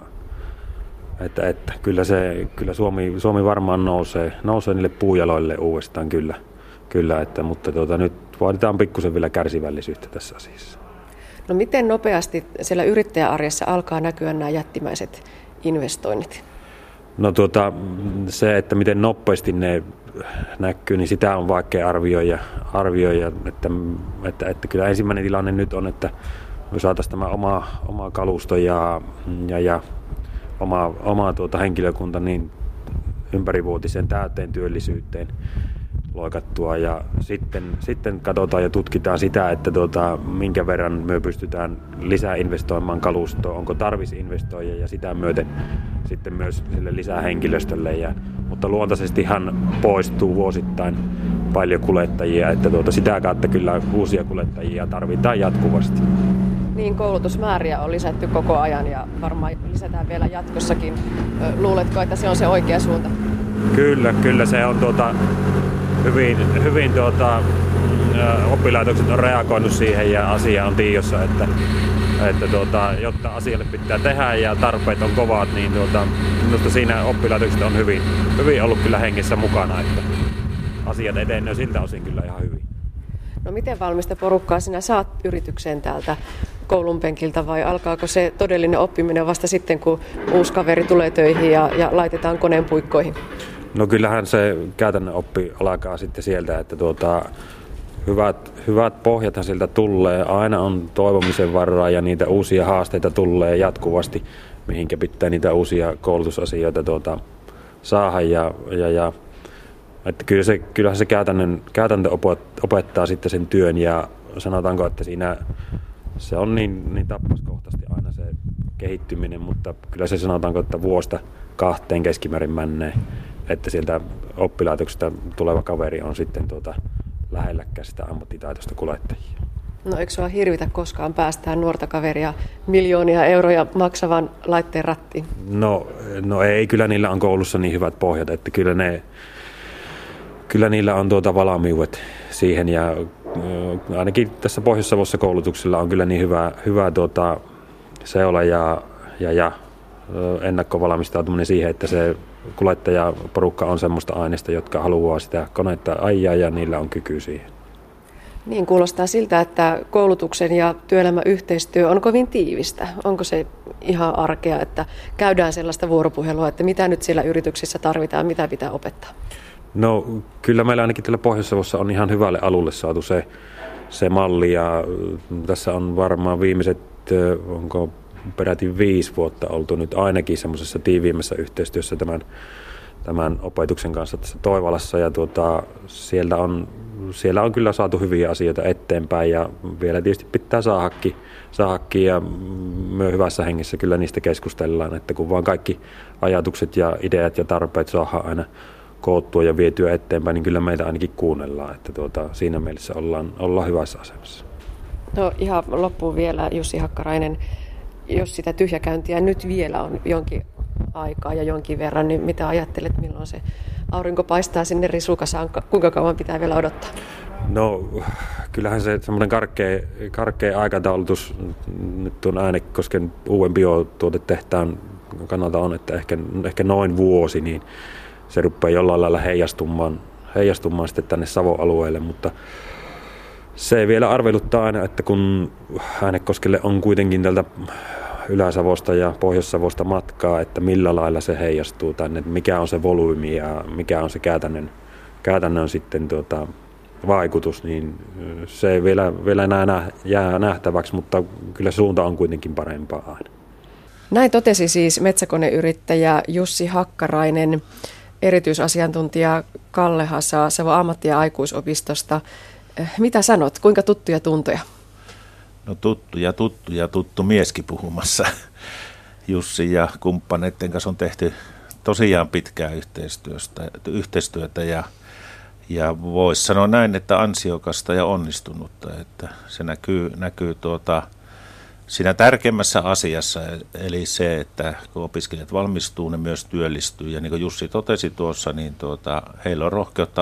kyllä Suomi varmaan nousee niille puujaloille uudestaan kyllä mutta nyt vaaditaan pikkusen vielä kärsivällisyyttä tässä asiassa. No miten nopeasti siellä yrittäjäarjessa alkaa näkyä nämä jättimäiset investoinnit? No se, että miten nopeasti ne näkyy, niin sitä on vaikea arvioida että kyllä ensimmäinen tilanne nyt on, että me saataisiin tämä oma kalusto ja oma henkilökunta niin ympärivuotiseen täyteen työllisyyteen loikattua ja sitten katsotaan ja tutkitaan sitä, että minkä verran me pystytään lisää investoimaan kalustoon, onko tarvis investoida ja sitä myöten sitten myös sille lisää henkilöstölle. Mutta luontaisestihan poistuu vuosittain paljon kuljettajia, että sitä kautta kyllä uusia kuljettajia tarvitaan jatkuvasti. Niin, koulutusmääriä on lisätty koko ajan ja varmaan lisätään vielä jatkossakin. Luuletko, että se on se oikea suunta? Kyllä se on hyvin oppilaitokset on reagoinut siihen ja asia on tiedossa, että jotta asialle pitää tehdä ja tarpeet on kovat, niin minusta siinä oppilaitokset on hyvin ollut kyllä hengessä mukana, että asiat etenee siltä osin kyllä ihan hyvin. No miten valmista porukkaa sinä saat yritykseen täältä koulun penkiltä vai alkaako se todellinen oppiminen vasta sitten, kun uusi kaveri tulee töihin ja laitetaan koneen puikkoihin? No kyllähän se käytännön oppi alkaa sitten sieltä, että hyvät pohjathan sieltä tulee. Aina on toivomisen varaa ja niitä uusia haasteita tulee jatkuvasti, mihinkä pitää niitä uusia koulutusasioita saada. Että kyllähän se käytäntö opettaa sitten sen työn ja sanotaanko, että siinä se on niin tappaskohtaisesti aina se kehittyminen, mutta kyllä se sanotaanko, että vuosta 2 keskimäärin männee, että sieltä oppilaitoksesta tuleva kaveri on sitten lähelläkään sitä ammattitaitoista kuljettajia. No eikö sinua hirvitä koskaan päästään nuorta kaveria miljoonia euroja maksavan laitteen rattiin? No ei, kyllä niillä on koulussa niin hyvät pohjat, että kyllä niillä on valmiudet siihen ja ainakin tässä Pohjois-Savossa koulutuksella on kyllä niin hyvä seula ja ennakkovalmistautuminen siihen, että se kuljettajaporukka on semmoista aineista, jotka haluaa sitä konetta ajaa ja niillä on kyky siihen. Niin, kuulostaa siltä, että koulutuksen ja työelämän yhteistyö on kovin tiivistä. Onko se ihan arkea, että käydään sellaista vuoropuhelua, että mitä nyt siellä yrityksissä tarvitaan, mitä pitää opettaa? No kyllä meillä ainakin täällä Pohjois-Savossa on ihan hyvälle alulle saatu se malli ja tässä on varmaan viimeiset, onko peräti 5 vuotta oltu nyt ainakin semmoisessa tiiviimmässä yhteistyössä tämän opetuksen kanssa tässä Toivalassa ja siellä on kyllä saatu hyviä asioita eteenpäin ja vielä tietysti pitää saadakin ja myös hyvässä hengessä kyllä niistä keskustellaan, että kun vaan kaikki ajatukset ja ideat ja tarpeet saadaan aina koottua ja vietyä eteenpäin, niin kyllä meitä ainakin kuunnellaan, että siinä mielessä ollaan hyvässä asemassa. No ihan loppuun vielä Jussi Hakkarainen, jos sitä tyhjäkäyntiä nyt vielä on jonkin aikaa ja jonkin verran, niin mitä ajattelet, milloin se aurinko paistaa sinne risukasaan, kuinka kauan pitää vielä odottaa? No kyllähän se semmoinen karkea aikataulutus nyt tuon Äänekosken uuden biotuotetehtaan kannalta on, että ehkä noin vuosi, niin se rupeaa jollain lailla heijastumaan sitten tänne Savon alueelle, mutta se vielä arveluttaa aina, että kun Äänekoskelle on kuitenkin tältä Ylä-Savosta ja Pohjois-Savosta matkaa, että millä lailla se heijastuu tänne, että mikä on se volyymi ja mikä on se käytännön sitten vaikutus, niin se vielä jää nähtäväksi, mutta kyllä suunta on kuitenkin parempaa aina. Näin totesi siis metsäkoneyrittäjä Jussi Hakkarainen, erityisasiantuntija Kalle Hasa Savon ammatti- ja aikuisopistosta. Mitä sanot, kuinka tuttuja tuntoja? No tuttu mieskin puhumassa. Jussi ja kumppaneiden kanssa on tehty tosiaan pitkää yhteistyötä ja voisi sanoa näin, että ansiokasta ja onnistunutta, että se näkyy siinä tärkeimmässä asiassa, eli se, että kun opiskelijat valmistuu, ne myös työllistyy. Ja niin kuin Jussi totesi tuossa, niin heillä on rohkeutta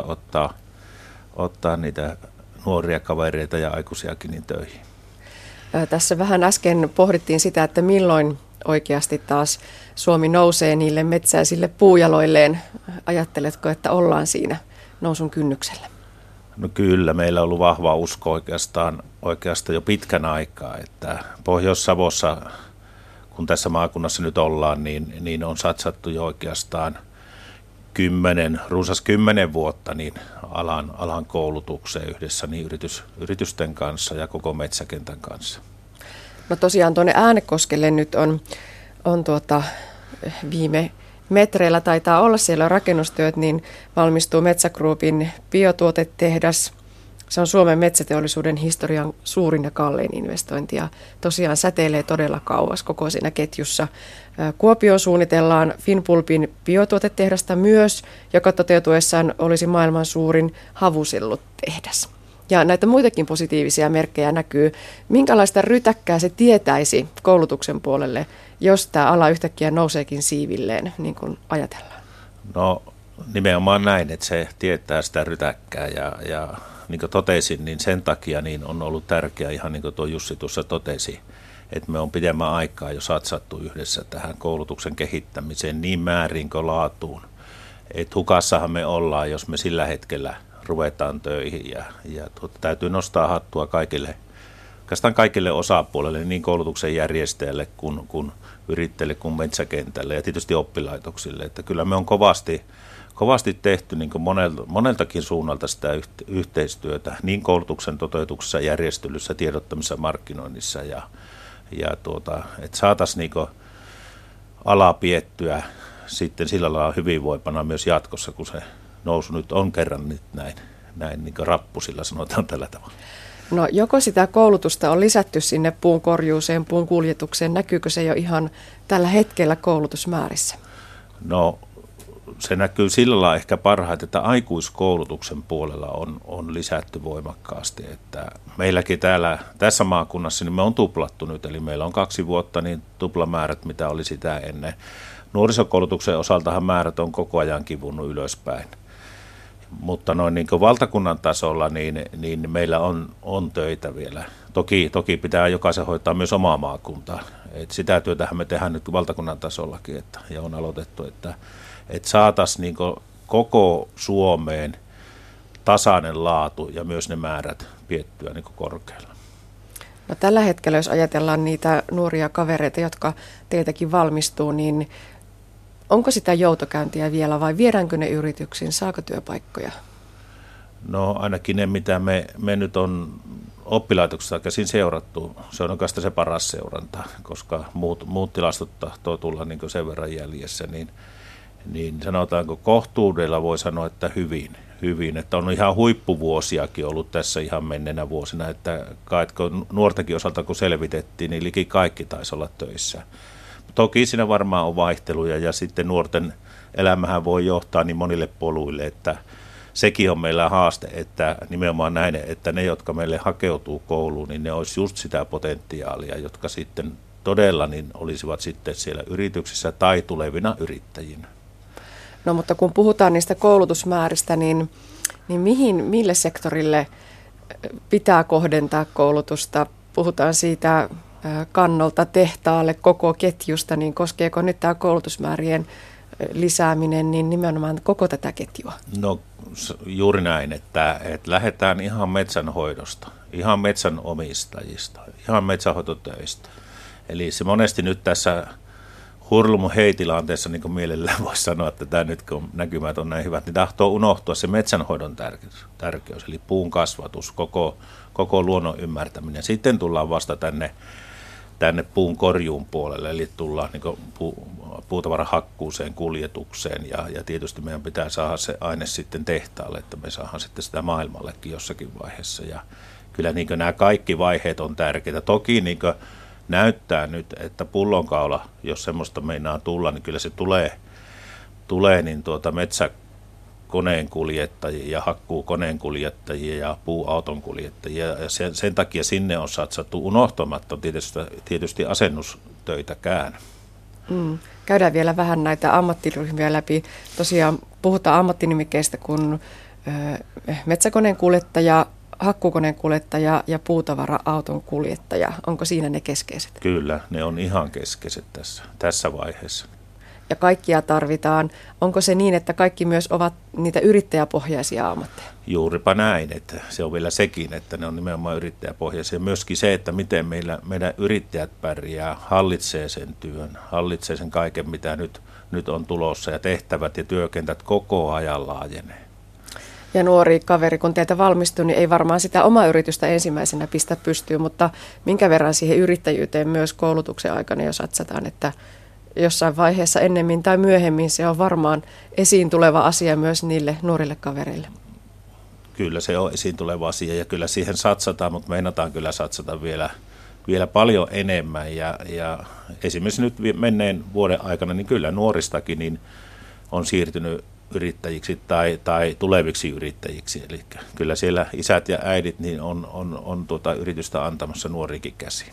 ottaa niitä nuoria kavereita ja aikuisiakin niin töihin. Tässä vähän äsken pohdittiin sitä, että milloin oikeasti taas Suomi nousee niille metsäisille puujaloilleen. Ajatteletko, että ollaan siinä nousun kynnyksellä? No kyllä, meillä on ollut vahva usko oikeastaan jo pitkän aikaa, että Pohjois-Savossa, kun tässä maakunnassa nyt ollaan, niin on satsattu jo oikeastaan runsas 10 vuotta niin alan koulutukseen yhdessä niin yritysten kanssa ja koko metsäkentän kanssa. No tosiaan tuonne Äänekoskelle nyt on viime metreillä taitaa olla siellä rakennustyöt, niin valmistuu Metsä Groupin biotuotetehdas. Se on Suomen metsäteollisuuden historian suurin ja kallein investointi ja tosiaan säteilee todella kauas koko siinä ketjussa. Kuopioon suunnitellaan Finnpulpin biotuotetehdasta myös, joka toteutuessaan olisi maailman suurin havusellutehdas. Ja näitä muitakin positiivisia merkkejä näkyy. Minkälaista rytäkkää se tietäisi koulutuksen puolelle, jos tämä ala yhtäkkiä nouseekin siivilleen, niin kuin ajatellaan? No nimenomaan näin, että se tietää sitä rytäkkää ja niin kuin totesin, niin sen takia niin on ollut tärkeää, ihan niin kuin tuo Jussi tuossa totesi, että me on pidemmän aikaa jo satsattu yhdessä tähän koulutuksen kehittämiseen niin määrin kuin laatuun. Että hukassahan me ollaan, jos me sillä hetkellä ruvetaan töihin ja täytyy nostaa hattua kaikille osapuolelle, niin koulutuksen järjestäjälle kuin yrittäjille kuin metsäkentälle ja tietysti oppilaitoksille. Että kyllä me on kovasti tehty niin kuin moneltakin suunnalta sitä yhteistyötä niin koulutuksen toteutuksessa, järjestelyssä, tiedottamisessa, markkinoinnissa että saataisiin niin kuin ala piettyä sitten sillä lailla hyvinvoipana myös jatkossa, kun se nousu nyt on kerran nyt näin niin kuin rappusilla, sanotaan tällä tavalla. No joko sitä koulutusta on lisätty sinne puun korjuuseen, puun kuljetukseen, näkyykö se jo ihan tällä hetkellä koulutusmäärissä? No se näkyy sillä lailla ehkä parhaiten, että aikuiskoulutuksen puolella on lisätty voimakkaasti. Että meilläkin tässä maakunnassa niin me on tuplattu nyt, eli meillä on 2 vuotta niin tuplamäärät, mitä oli sitä ennen. Nuorisokoulutuksen osaltahan määrät on koko ajan kivunnut ylöspäin. Mutta noin niin kuin valtakunnan tasolla niin meillä on töitä vielä. Toki pitää jokaisen hoitaa myös omaa maakuntaa. Et sitä työtähän me tehdään nyt valtakunnan tasollakin ja on aloitettu, että saataisiin niin kuin koko Suomeen tasainen laatu ja myös ne määrät piettyä niin kuin korkealla. No tällä hetkellä, jos ajatellaan niitä nuoria kavereita, jotka teiltäkin valmistuu, niin onko sitä joutokäyntiä vielä vai viedäänkö ne yrityksiin? Saako työpaikkoja? No ainakin ne, mitä me nyt on oppilaitoksesta käsin seurattu, se on oikeastaan se paras seuranta, koska muut tilastot tahtoo tulla niin kuin sen verran jäljessä, niin sanotaanko kohtuudella voi sanoa, että hyvin, että on ihan huippuvuosiakin ollut tässä ihan menneenä vuosina, että nuortakin osalta kun selvitettiin, niin liki kaikki taisi olla töissä. Toki siinä varmaan on vaihteluja ja sitten nuorten elämähän voi johtaa niin monille poluille, että sekin on meillä haaste, että nimenomaan näin, että ne, jotka meille hakeutuu kouluun, niin ne olisi just sitä potentiaalia, jotka sitten todella niin olisivat sitten siellä yrityksissä tai tulevina yrittäjinä. No mutta kun puhutaan niistä koulutusmääristä, niin mille sektorille pitää kohdentaa koulutusta? Puhutaan siitä kannolta tehtaalle koko ketjusta, niin koskeeko nyt tämä koulutusmäärien lisääminen niin nimenomaan koko tätä ketjua? No juuri näin, että lähdetään ihan metsänhoidosta, ihan metsänomistajista, ihan metsänhoitotöistä. Eli se monesti nyt tässä hurlumun heitilanteessa, niin kuin mielellään voisi sanoa, että tämä nyt kun näkymät on näin hyvät, niin tahtoo unohtua se metsänhoidon tärkeys, eli puun kasvatus, koko luonnon ymmärtäminen. Sitten tullaan vasta tänne puun korjuun puolelle, eli tullaan niin puutavaran hakkuuseen, kuljetukseen ja tietysti meidän pitää saada se aine sitten tehtaalle, että me saadaan sitten sitä maailmallekin jossakin vaiheessa. Ja kyllä niin nämä kaikki vaiheet on tärkeitä. Toki niin näyttää nyt, että pullonkaula, jos semmoista meinaa tulla, niin kyllä se tulee niin metsäkoneen kuljettajia ja hakkuukoneen kuljettajia ja puuauton kuljettajia. Ja sen takia sinne on satsattu unohtamatta tietysti asennustöitäkään. Käydään vielä vähän näitä ammattiryhmiä läpi. Tosiaan puhutaan ammattinimikkeistä kuin metsäkoneen kuljettaja, hakkuukoneen kuljettaja ja puutavara-auton kuljettaja. Onko siinä ne keskeiset? Kyllä, ne on ihan keskeiset tässä vaiheessa. Ja kaikkia tarvitaan. Onko se niin, että kaikki myös ovat niitä yrittäjäpohjaisia ammatteja? Juuripa näin, että se on vielä sekin, että ne on nimenomaan yrittäjäpohjaisia. Myöskin se, että miten meidän yrittäjät pärjää, hallitsee sen työn, hallitsee sen kaiken, mitä nyt on tulossa ja tehtävät ja työkentät koko ajan laajenee. Ja nuori kaveri, kun teiltä valmistuu, niin ei varmaan sitä omaa yritystä ensimmäisenä pistä pystyyn, mutta minkä verran siihen yrittäjyyteen myös koulutuksen aikana jo satsataan, että jossain vaiheessa ennemmin tai myöhemmin se on varmaan esiin tuleva asia myös niille nuorille kavereille. Kyllä se on esiin tuleva asia ja kyllä siihen satsataan, mutta meinataan kyllä satsata vielä paljon enemmän. Ja esimerkiksi nyt menneen vuoden aikana, niin kyllä nuoristakin niin on siirtynyt yrittäjiksi tai tuleviksi yrittäjiksi. Eli kyllä siellä isät ja äidit niin on yritystä antamassa nuoriinkin käsiin.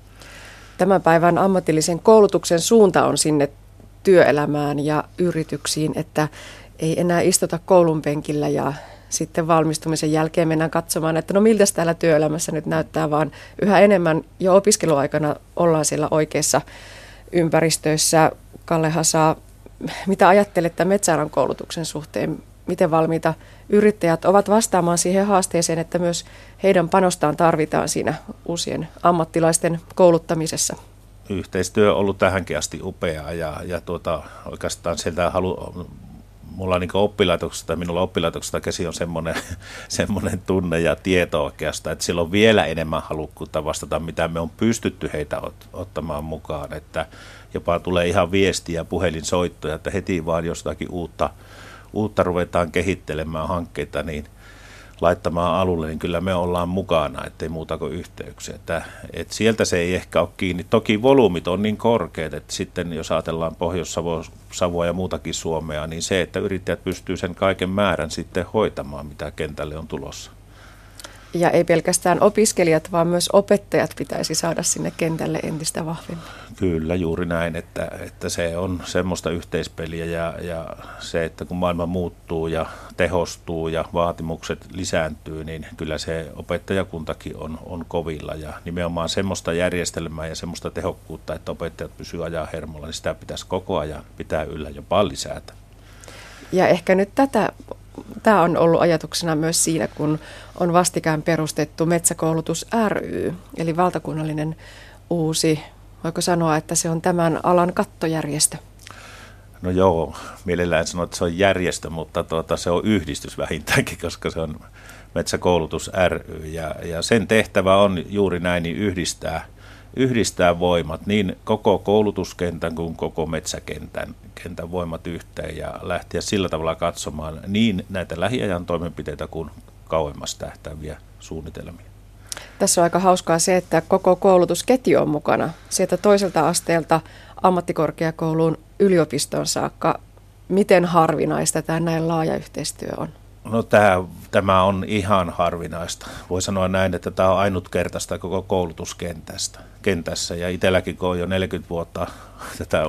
Tämän päivän ammatillisen koulutuksen suunta on sinne työelämään ja yrityksiin, että ei enää istuta koulun penkillä ja sitten valmistumisen jälkeen mennään katsomaan, että no miltä täällä työelämässä nyt näyttää, vaan yhä enemmän jo opiskeluaikana ollaan siellä oikeissa ympäristöissä. Kalle Hasa, mitä ajattelette metsäalan koulutuksen suhteen? miten valmiita yrittäjät ovat vastaamaan siihen haasteeseen, että myös heidän panostaan tarvitaan siinä uusien ammattilaisten kouluttamisessa? Yhteistyö on ollut tähänkin asti upeaa ja oikeastaan sieltä mulla niin oppilaitoksesta, minulla oppilaitoksesta käsi on semmoinen tunne ja tieto oikeastaan, että sillä on vielä enemmän halukkuutta vastata, mitä me on pystytty heitä ottamaan mukaan, että jopa tulee ihan viestiä, puhelinsoittoja, että heti vaan jostakin uutta ruvetaan kehittelemään hankkeita, niin laittamaan alulle, niin kyllä me ollaan mukana, ettei muuta kuin yhteyksiä. Että sieltä se ei ehkä ole kiinni. Toki volyymit on niin korkeat, että sitten jos ajatellaan Pohjois-Savoa ja muutakin Suomea, niin se, että yrittäjät pystyy sen kaiken määrän sitten hoitamaan, mitä kentälle on tulossa. Ja ei pelkästään opiskelijat, vaan myös opettajat pitäisi saada sinne kentälle entistä vahvemmin. Kyllä, juuri näin, että se on semmoista yhteispeliä ja se, että kun maailma muuttuu ja tehostuu ja vaatimukset lisääntyy, niin kyllä se opettajakuntakin on kovilla ja nimenomaan semmoista järjestelmää ja semmoista tehokkuutta, että opettajat pysyvät ajan hermolla, niin sitä pitäisi koko ajan pitää yllä jopa lisätä. Ja ehkä nyt tämä on ollut ajatuksena myös siinä, kun on vastikään perustettu Metsäkoulutus ry, eli valtakunnallinen uusi, voiko sanoa, että se on tämän alan kattojärjestö? No joo, mielellään sanon, että se on järjestö, mutta se on yhdistys vähintäänkin, koska se on Metsäkoulutus ry ja sen tehtävä on juuri näin, niin yhdistää voimat, niin koko koulutuskentän kuin koko metsäkentän voimat yhteen ja lähteä sillä tavalla katsomaan niin näitä lähiajan toimenpiteitä kuin kauemmas tähtääviä suunnitelmia. Tässä on aika hauskaa se, että koko koulutusketju on mukana. Sieltä toiselta asteelta ammattikorkeakouluun yliopistoon saakka. Miten harvinaista tämä näin laaja yhteistyö on? No tämä on ihan harvinaista. Voi sanoa näin, että tämä on ainutkertaista koko koulutuskentässä. Ja itselläkin, kun on jo 40 vuotta tätä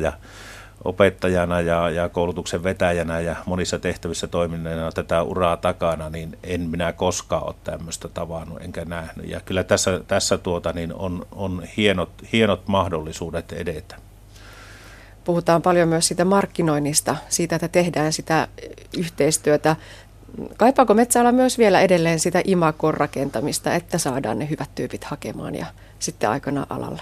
opettajana ja koulutuksen vetäjänä ja monissa tehtävissä toimineena tätä uraa takana, niin en minä koskaan ole tämmöistä tavannut enkä nähnyt. Ja kyllä tässä niin on hienot mahdollisuudet edetä. Puhutaan paljon myös siitä markkinoinnista, siitä, että tehdään sitä yhteistyötä. Kaipaako metsäala myös vielä edelleen sitä imakon rakentamista, että saadaan ne hyvät tyypit hakemaan ja sitten aikanaan alalle?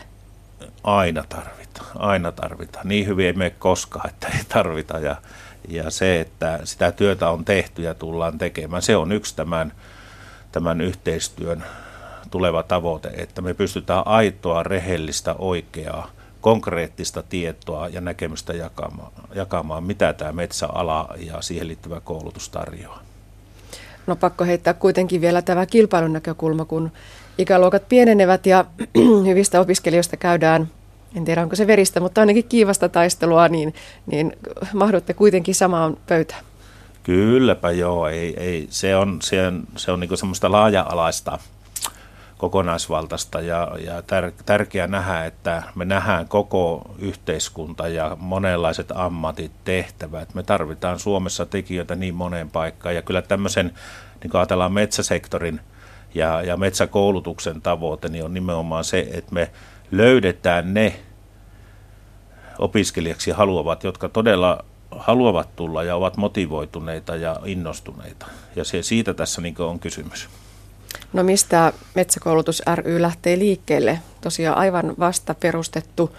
Aina tarvitaan. Niin hyvin ei mene koskaan, että ei tarvita. Ja se, että sitä työtä on tehty ja tullaan tekemään, se on yksi tämän yhteistyön tuleva tavoite, että me pystytään aitoa, rehellistä, oikeaa, konkreettista tietoa ja näkemystä jakamaan, mitä tämä metsäala ja siihen liittyvä koulutus tarjoaa. No pakko heittää kuitenkin vielä tämä kilpailun näkökulma, kun ikäluokat pienenevät ja hyvistä opiskelijoista käydään, en tiedä onko se veristä, mutta ainakin kiivasta taistelua, niin mahdutte kuitenkin samaan pöytään. Kylläpä joo, se on niin kuin semmoista laaja-alaista kokonaisvaltaista ja tärkeää nähdä, että me nähdään koko yhteiskunta ja monenlaiset ammatit, tehtävät. Me tarvitaan Suomessa tekijöitä niin moneen paikkaan ja kyllä tämmöisen, niin kuin ajatellaan metsäsektorin ja metsäkoulutuksen tavoite, niin on nimenomaan se, että me löydetään ne opiskelijaksi haluavat, jotka todella haluavat tulla ja ovat motivoituneita ja innostuneita. Ja siitä tässä niin kuin on kysymys. No mistä Metsäkoulutus ry lähtee liikkeelle? Tosiaan aivan vasta perustettu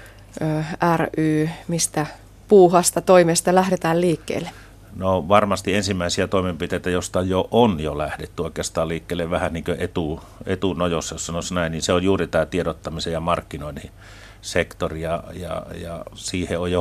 ry, mistä puuhasta toimesta lähdetään liikkeelle? No varmasti ensimmäisiä toimenpiteitä, josta on jo lähdetty oikeastaan liikkeelle vähän niin kuin etunojossa, jos sanoisi näin, niin se on juuri tämä tiedottamisen ja markkinoinnin sektori ja siihen on jo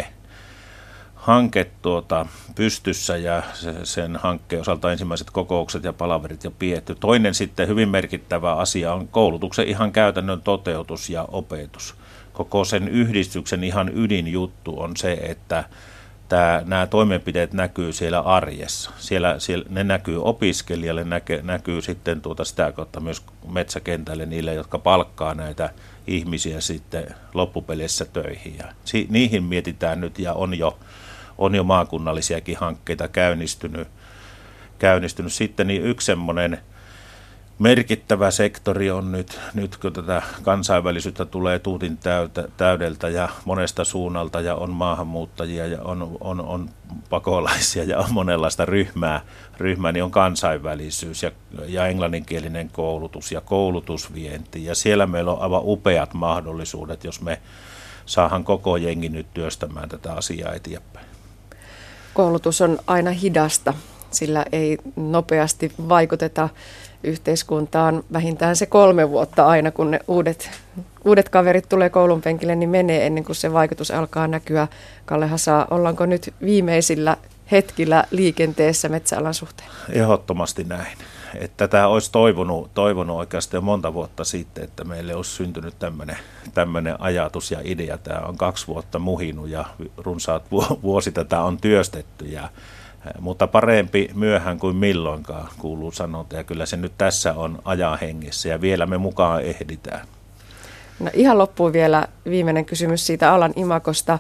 hanke pystyssä ja sen hankkeen osalta ensimmäiset kokoukset ja palaverit jo pidetty. Toinen sitten hyvin merkittävä asia on koulutuksen ihan käytännön toteutus ja opetus. Koko sen yhdistyksen ihan ydinjuttu on se, että nämä toimenpiteet näkyy siellä arjessa. Siellä ne näkyy opiskelijalle, näkyy sitten sitä kautta myös metsäkentälle niille, jotka palkkaa näitä ihmisiä sitten loppupeleissä töihin. Ja niihin mietitään nyt ja on jo maakunnallisiakin hankkeita käynnistynyt. Sitten niin yksi semmoinen merkittävä sektori on nyt kun tätä kansainvälisyyttä tulee tuutin täydeltä ja monesta suunnalta ja on maahanmuuttajia ja on pakolaisia ja on monenlaista ryhmää, niin on kansainvälisyys ja englanninkielinen koulutus ja koulutusvienti. Ja siellä meillä on aivan upeat mahdollisuudet, jos me saadaan koko jengi nyt työstämään tätä asiaa eteenpäin. Koulutus on aina hidasta, sillä ei nopeasti vaikuteta yhteiskuntaan. Vähintään se 3 vuotta aina, kun ne uudet kaverit tulee koulun penkille, niin menee ennen kuin se vaikutus alkaa näkyä. Kalle Hasa, ollaanko nyt viimeisillä hetkillä liikenteessä metsäalan suhteen? Ehdottomasti näin. Että tätä olisi toivonut oikeastaan jo monta vuotta sitten, että meille olisi syntynyt tämmöinen ajatus ja idea. Tämä on 2 vuotta muhinut ja runsaat vuosi tätä on työstetty. Mutta parempi myöhään kuin milloinkaan, kuuluu sanonta, ja kyllä se nyt tässä on ajan hengessä, ja vielä me mukaan ehditään. No ihan loppuun vielä viimeinen kysymys siitä alan imagosta.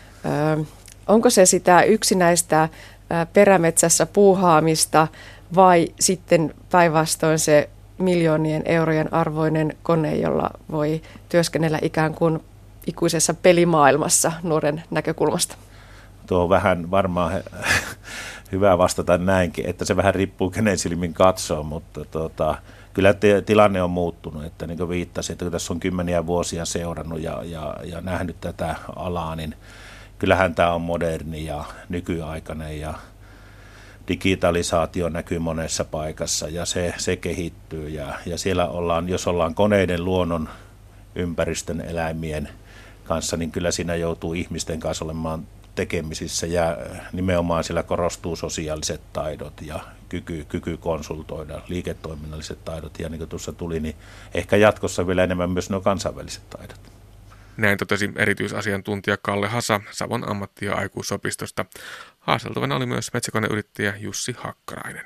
Onko se sitä yksinäistä perämetsässä puuhaamista, vai sitten päinvastoin se miljoonien eurojen arvoinen kone, jolla voi työskennellä ikään kuin ikuisessa pelimaailmassa nuoren näkökulmasta? Tuo on vähän varmaan hyvä vastata näinkin, että se vähän riippuu kenen silmin katsoo, mutta kyllä tilanne on muuttunut, että niin kuin viittasin, että kun tässä on 10 vuosia seurannut ja nähnyt tätä alaa, niin kyllähän tämä on moderni ja nykyaikainen ja digitalisaatio näkyy monessa paikassa ja se kehittyy ja siellä jos ollaan koneiden, luonnon, ympäristön, eläimien kanssa, niin kyllä siinä joutuu ihmisten kanssa olemaan tekemisissä ja nimenomaan siellä korostuu sosiaaliset taidot ja kyky konsultoida, liiketoiminnalliset taidot ja niin kuin tuossa tuli, niin ehkä jatkossa vielä enemmän myös nuo kansainväliset taidot. Näin totesi erityisasiantuntija Kalle Hasa Savon ammatti- ja aikuisopistosta. Haasteltavana oli myös metsäkoneyrittäjä Jussi Hakkarainen.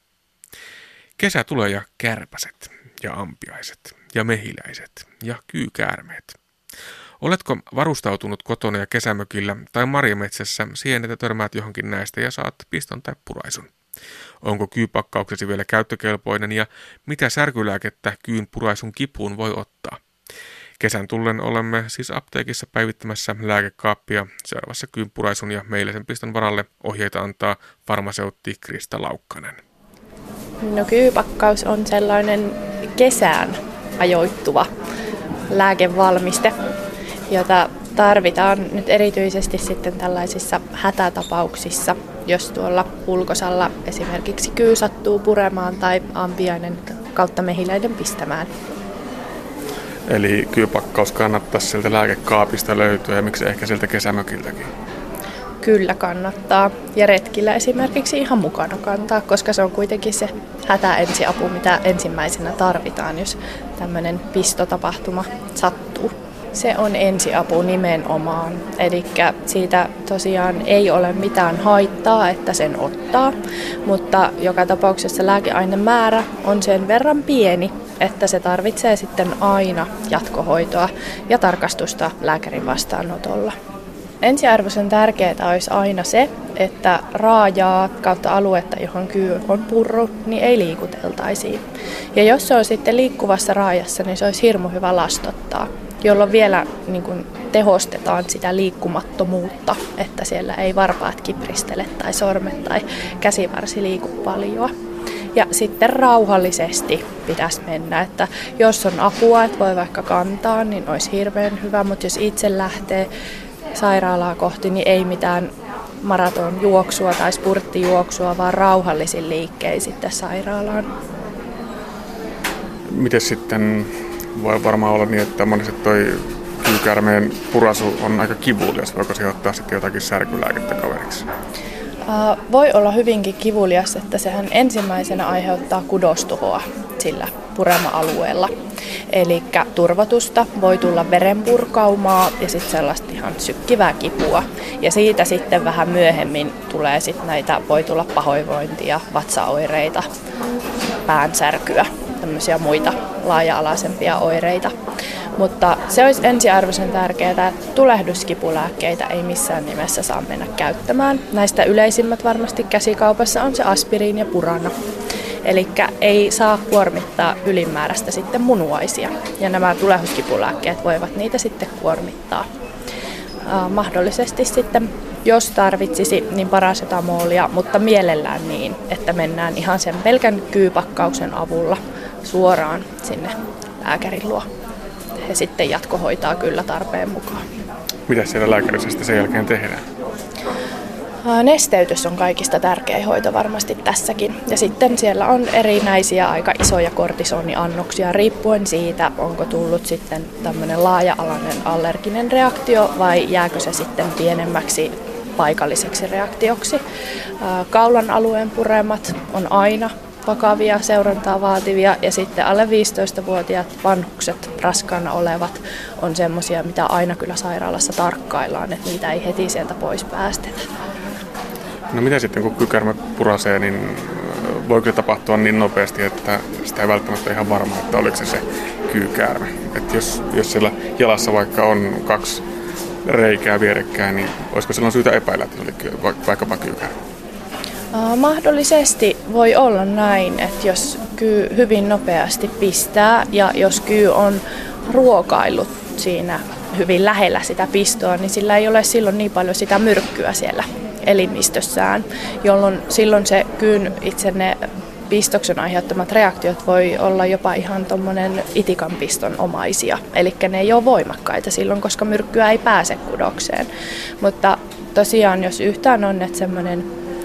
Kesä tulee ja kärpäset ja ampiaiset ja mehiläiset ja kyykäärmeet. Oletko varustautunut kotona ja kesämökillä tai marjametsässä siihen, että törmäät johonkin näistä ja saat piston tai puraisun? Onko kyypakkauksesi vielä käyttökelpoinen ja mitä särkylääkettä kyyn puraisun kipuun voi ottaa? Kesän tullen olemme siis apteekissa päivittämässä lääkekaappia. Seuraavassa kyynpuraisun ja meilisen piston varalle ohjeita antaa farmaseutti Krista Laukkanen. No kyypakkaus on sellainen kesään ajoittuva lääkevalmiste, jota tarvitaan nyt erityisesti sitten tällaisissa hätätapauksissa, jos tuolla ulkosalla esimerkiksi kyy sattuu puremaan tai ampiainen kautta mehiläiden pistämään. Eli kyypakkaus kannattaisi sieltä lääkekaapista löytyä ja miksi ehkä sieltä kesämökiltäkin? Kyllä kannattaa ja retkillä esimerkiksi ihan mukana kantaa, koska se on kuitenkin se hätäensiapu, mitä ensimmäisenä tarvitaan, jos tämmöinen pistotapahtuma sattuu. Se on ensiapu nimenomaan, eli siitä tosiaan ei ole mitään haittaa, että sen ottaa, mutta joka tapauksessa lääkeainemäärä on sen verran pieni, että se tarvitsee sitten aina jatkohoitoa ja tarkastusta lääkärin vastaanotolla. Ensiarvoisen tärkeää olisi aina se, että raajaa kautta aluetta, johon kyy on purrut, niin ei liikuteltaisiin. Ja jos se on sitten liikkuvassa raajassa, niin se olisi hirmu hyvä lastottaa, jolloin vielä niin kuin tehostetaan sitä liikkumattomuutta, että siellä ei varpaat kipristele tai sormet tai käsivarsi liiku paljon. Ja sitten rauhallisesti pitäisi mennä, että jos on apua, että voi vaikka kantaa, niin olisi hirveän hyvä, mutta jos itse lähtee sairaalaa kohti, niin ei mitään maratonjuoksua tai spurttijuoksua, vaan rauhallisin liikkein sitten sairaalaan. Miten sitten voi varmaan olla niin, että monesti toi kyykäärmeen purasu on aika kivulias. Voiko se ottaa sitten jotakin särkylääkettä kaveriksi? Voi olla hyvinkin kivulias, että sehän ensimmäisenä aiheuttaa kudostuhoa sillä purema-alueella. Eli turvotusta, voi tulla verenpurkaumaa ja sitten sellaista ihan sykkivää kipua. Ja siitä sitten vähän myöhemmin tulee sitten näitä, voi tulla pahoinvointia, vatsaoireita, päänsärkyä, tämmöisiä muita laaja-alaisempia oireita. Mutta se olisi ensiarvoisen tärkeää, että tulehduskipulääkkeitä ei missään nimessä saa mennä käyttämään. Näistä yleisimmät varmasti käsikaupassa on se aspiriin ja purana. Eli ei saa kuormittaa ylimääräistä sitten munuaisia. Ja nämä tulehduskipulääkkeet voivat niitä sitten kuormittaa. Mahdollisesti sitten, jos tarvitsisi, niin parasetamolia, mutta mielellään niin, että mennään ihan sen pelkän kyypakkauksen avulla suoraan sinne lääkärin luo. He sitten jatkohoitaa kyllä tarpeen mukaan. Mitä siellä lääkärissä sitten sen jälkeen tehdään? Nesteytys on kaikista tärkein hoito varmasti tässäkin. Ja sitten siellä on erinäisiä aika isoja kortisoniannoksia riippuen siitä, onko tullut sitten tämmöinen laaja-alainen allerginen reaktio vai jääkö se sitten pienemmäksi paikalliseksi reaktioksi. Kaulan alueen puremat on aina vakavia, seurantaa vaativia ja sitten alle 15-vuotiaat vanhukset, raskaana olevat, on semmoisia, mitä aina kyllä sairaalassa tarkkaillaan, että niitä ei heti sieltä pois päästetä. No mitä sitten, kun kykärmä purasee, niin voiko se tapahtua niin nopeasti, että sitä ei välttämättä ihan varma, että oliko se kyykäärme? Että jos siellä jalassa vaikka on 2 reikää vierekkäin, niin olisiko silloin syytä epäillä, että se oli vaikkapa kyykäärme? Mahdollisesti voi olla näin, että jos kyy hyvin nopeasti pistää ja jos kyy on ruokaillut siinä hyvin lähellä sitä pistoa, niin sillä ei ole silloin niin paljon sitä myrkkyä siellä elimistössään, jolloin silloin se kyyn itse ne pistoksen aiheuttamat reaktiot voi olla jopa ihan tuommoinen itikanpiston omaisia. Eli ne ei ole voimakkaita silloin, koska myrkkyä ei pääse kudokseen. Mutta tosiaan, jos yhtään on, että semmoinen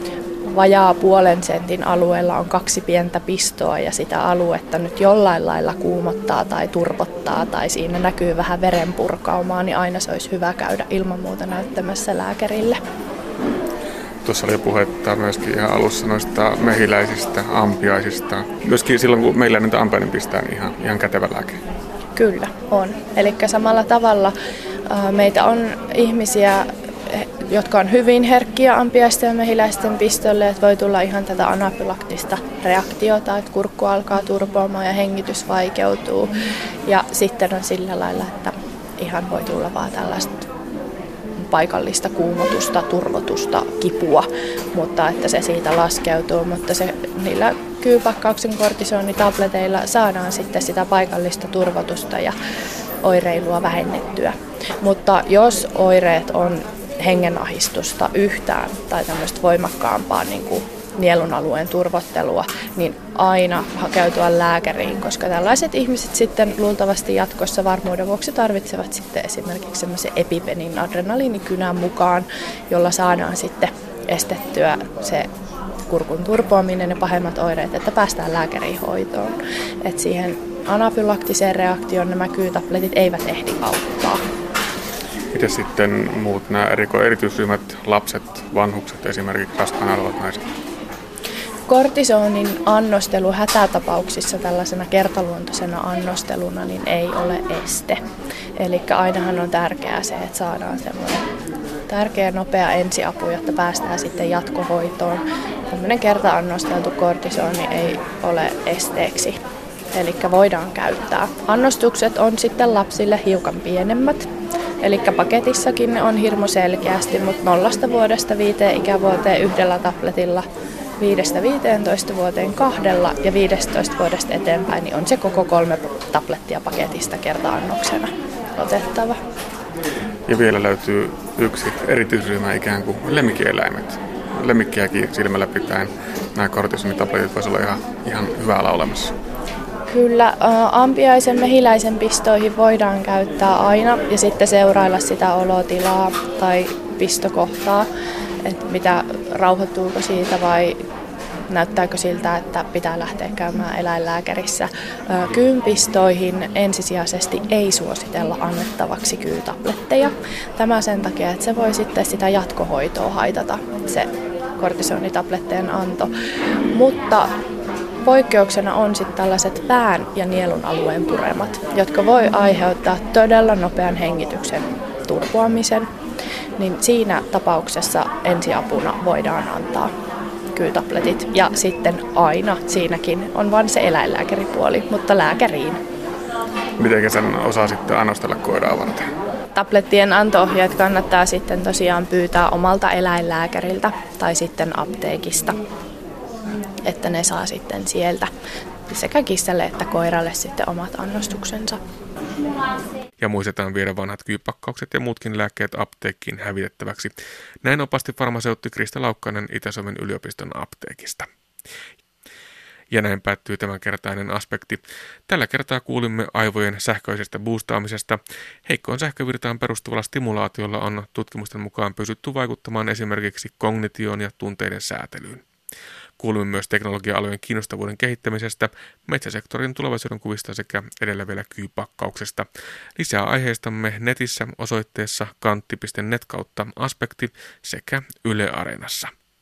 vajaa 0,5 sentin alueella on 2 pientä pistoa ja sitä aluetta nyt jollain lailla kuumottaa tai turvottaa tai siinä näkyy vähän verenpurkaumaa, niin aina se olisi hyvä käydä ilman muuta näyttämässä lääkärille. Tuossa oli puhetta myöskin ihan alussa noista mehiläisistä, ampiaisista. Myöskin silloin, kun meillä niitä ampiainen pistää, niin ihan kätevä lääke. Kyllä, on. Eli samalla tavalla meitä on ihmisiä, jotka on hyvin herkkiä ampiaisten ja mehiläisten pistolle, että voi tulla ihan tätä anafylaktista reaktiota, että kurkku alkaa turpoamaan ja hengitys vaikeutuu. Ja sitten on sillä lailla, että ihan voi tulla vaan tällaista paikallista kuumotusta, turvotusta, kipua, mutta että se siitä laskeutuu, mutta se niillä kyypakkauksen kortisonitableteilla saadaan sitten sitä paikallista turvotusta ja oireilua vähennettyä. Mutta jos oireet on hengenahistusta yhtään tai tämmöistä voimakkaampaa niin kuin nielun alueen turvottelua, niin aina hakeutua lääkäriin, koska tällaiset ihmiset sitten luultavasti jatkossa varmuuden vuoksi tarvitsevat sitten esimerkiksi semmoisen epipenin adrenaliinikynän mukaan, jolla saadaan sitten estettyä se kurkun turpoaminen ja pahemmat oireet, että päästään lääkäriin hoitoon. Et siihen anafylaktiseen reaktioon nämä kyytabletit eivät ehdi auttaa. Miten sitten muut nämä erityisryhmät, lapset, vanhukset, esimerkiksi raskaana olevat naiset? Kortisonin annostelu hätätapauksissa tällaisena kertaluontoisena annosteluna niin ei ole este. Eli ainahan on tärkeää se, että saadaan semmoinen tärkeä nopea ensiapu, jotta päästään sitten jatkohoitoon. Tämmöinen kerta-annosteltu kortisoni ei ole esteeksi. Eli voidaan käyttää. Annostukset on sitten lapsille hiukan pienemmät. Eli paketissakin ne on hirmu selkeästi, mutta 0 vuodesta 5 ikävuoteen 1 tabletilla, 5-15 vuoteen 2 ja 15 vuodesta eteenpäin niin on se koko 3 tablettia paketista kerta-annoksena otettava. Ja vielä löytyy yksi erityisryhmä ikään kuin lemmikkieläimet. Lemmikkiäkin silmällä pitäen nämä kortisonitabletit voisi olla ihan hyvällä olemassa. Kyllä, ampiaisen mehiläisen pistoihin voidaan käyttää aina ja sitten seurailla sitä olotilaa tai pistokohtaa, että mitä rauhoittuuko siitä vai näyttääkö siltä, että pitää lähteä käymään eläinlääkärissä. Kyynpistoihin ensisijaisesti ei suositella annettavaksi kyytabletteja. Tämä sen takia, että se voi sitten sitä jatkohoitoa haitata, se kortisonitablettien anto. Mutta poikkeuksena on sitten tällaiset pään ja nielun alueen puremat, jotka voi aiheuttaa todella nopean hengityksen turpoamisen. Niin siinä tapauksessa ensiapuna voidaan antaa kyytabletit ja sitten aina siinäkin on vain se eläinlääkäripuoli, mutta lääkäriin. Miten sen osaa sitten annostella koiraa varten? Tablettien anto-ohjeet kannattaa sitten tosiaan pyytää omalta eläinlääkäriltä tai sitten apteekista. että ne saa sitten sieltä sekä kissalle että koiralle sitten omat annostuksensa. Ja muistetaan viedä vanhat kyypakkaukset ja muutkin lääkkeet apteekkiin hävitettäväksi. Näin opasti farmaseutti Krista Laukkanen Itä-Suomen yliopiston apteekista. Ja näin päättyy tämänkertainen aspekti. Tällä kertaa kuulimme aivojen sähköisestä boostaamisesta. Heikkoon sähkövirtaan perustuvalla stimulaatiolla on tutkimusten mukaan pystytty vaikuttamaan esimerkiksi kognitioon ja tunteiden säätelyyn. Kuulimme myös teknologia-alojen kiinnostavuuden kehittämisestä, metsäsektorin tulevaisuuden kuvista sekä edellä vielä kyypakkauksesta. Lisää aiheistamme netissä osoitteessa kantti.net/aspekti sekä Yle Areenassa.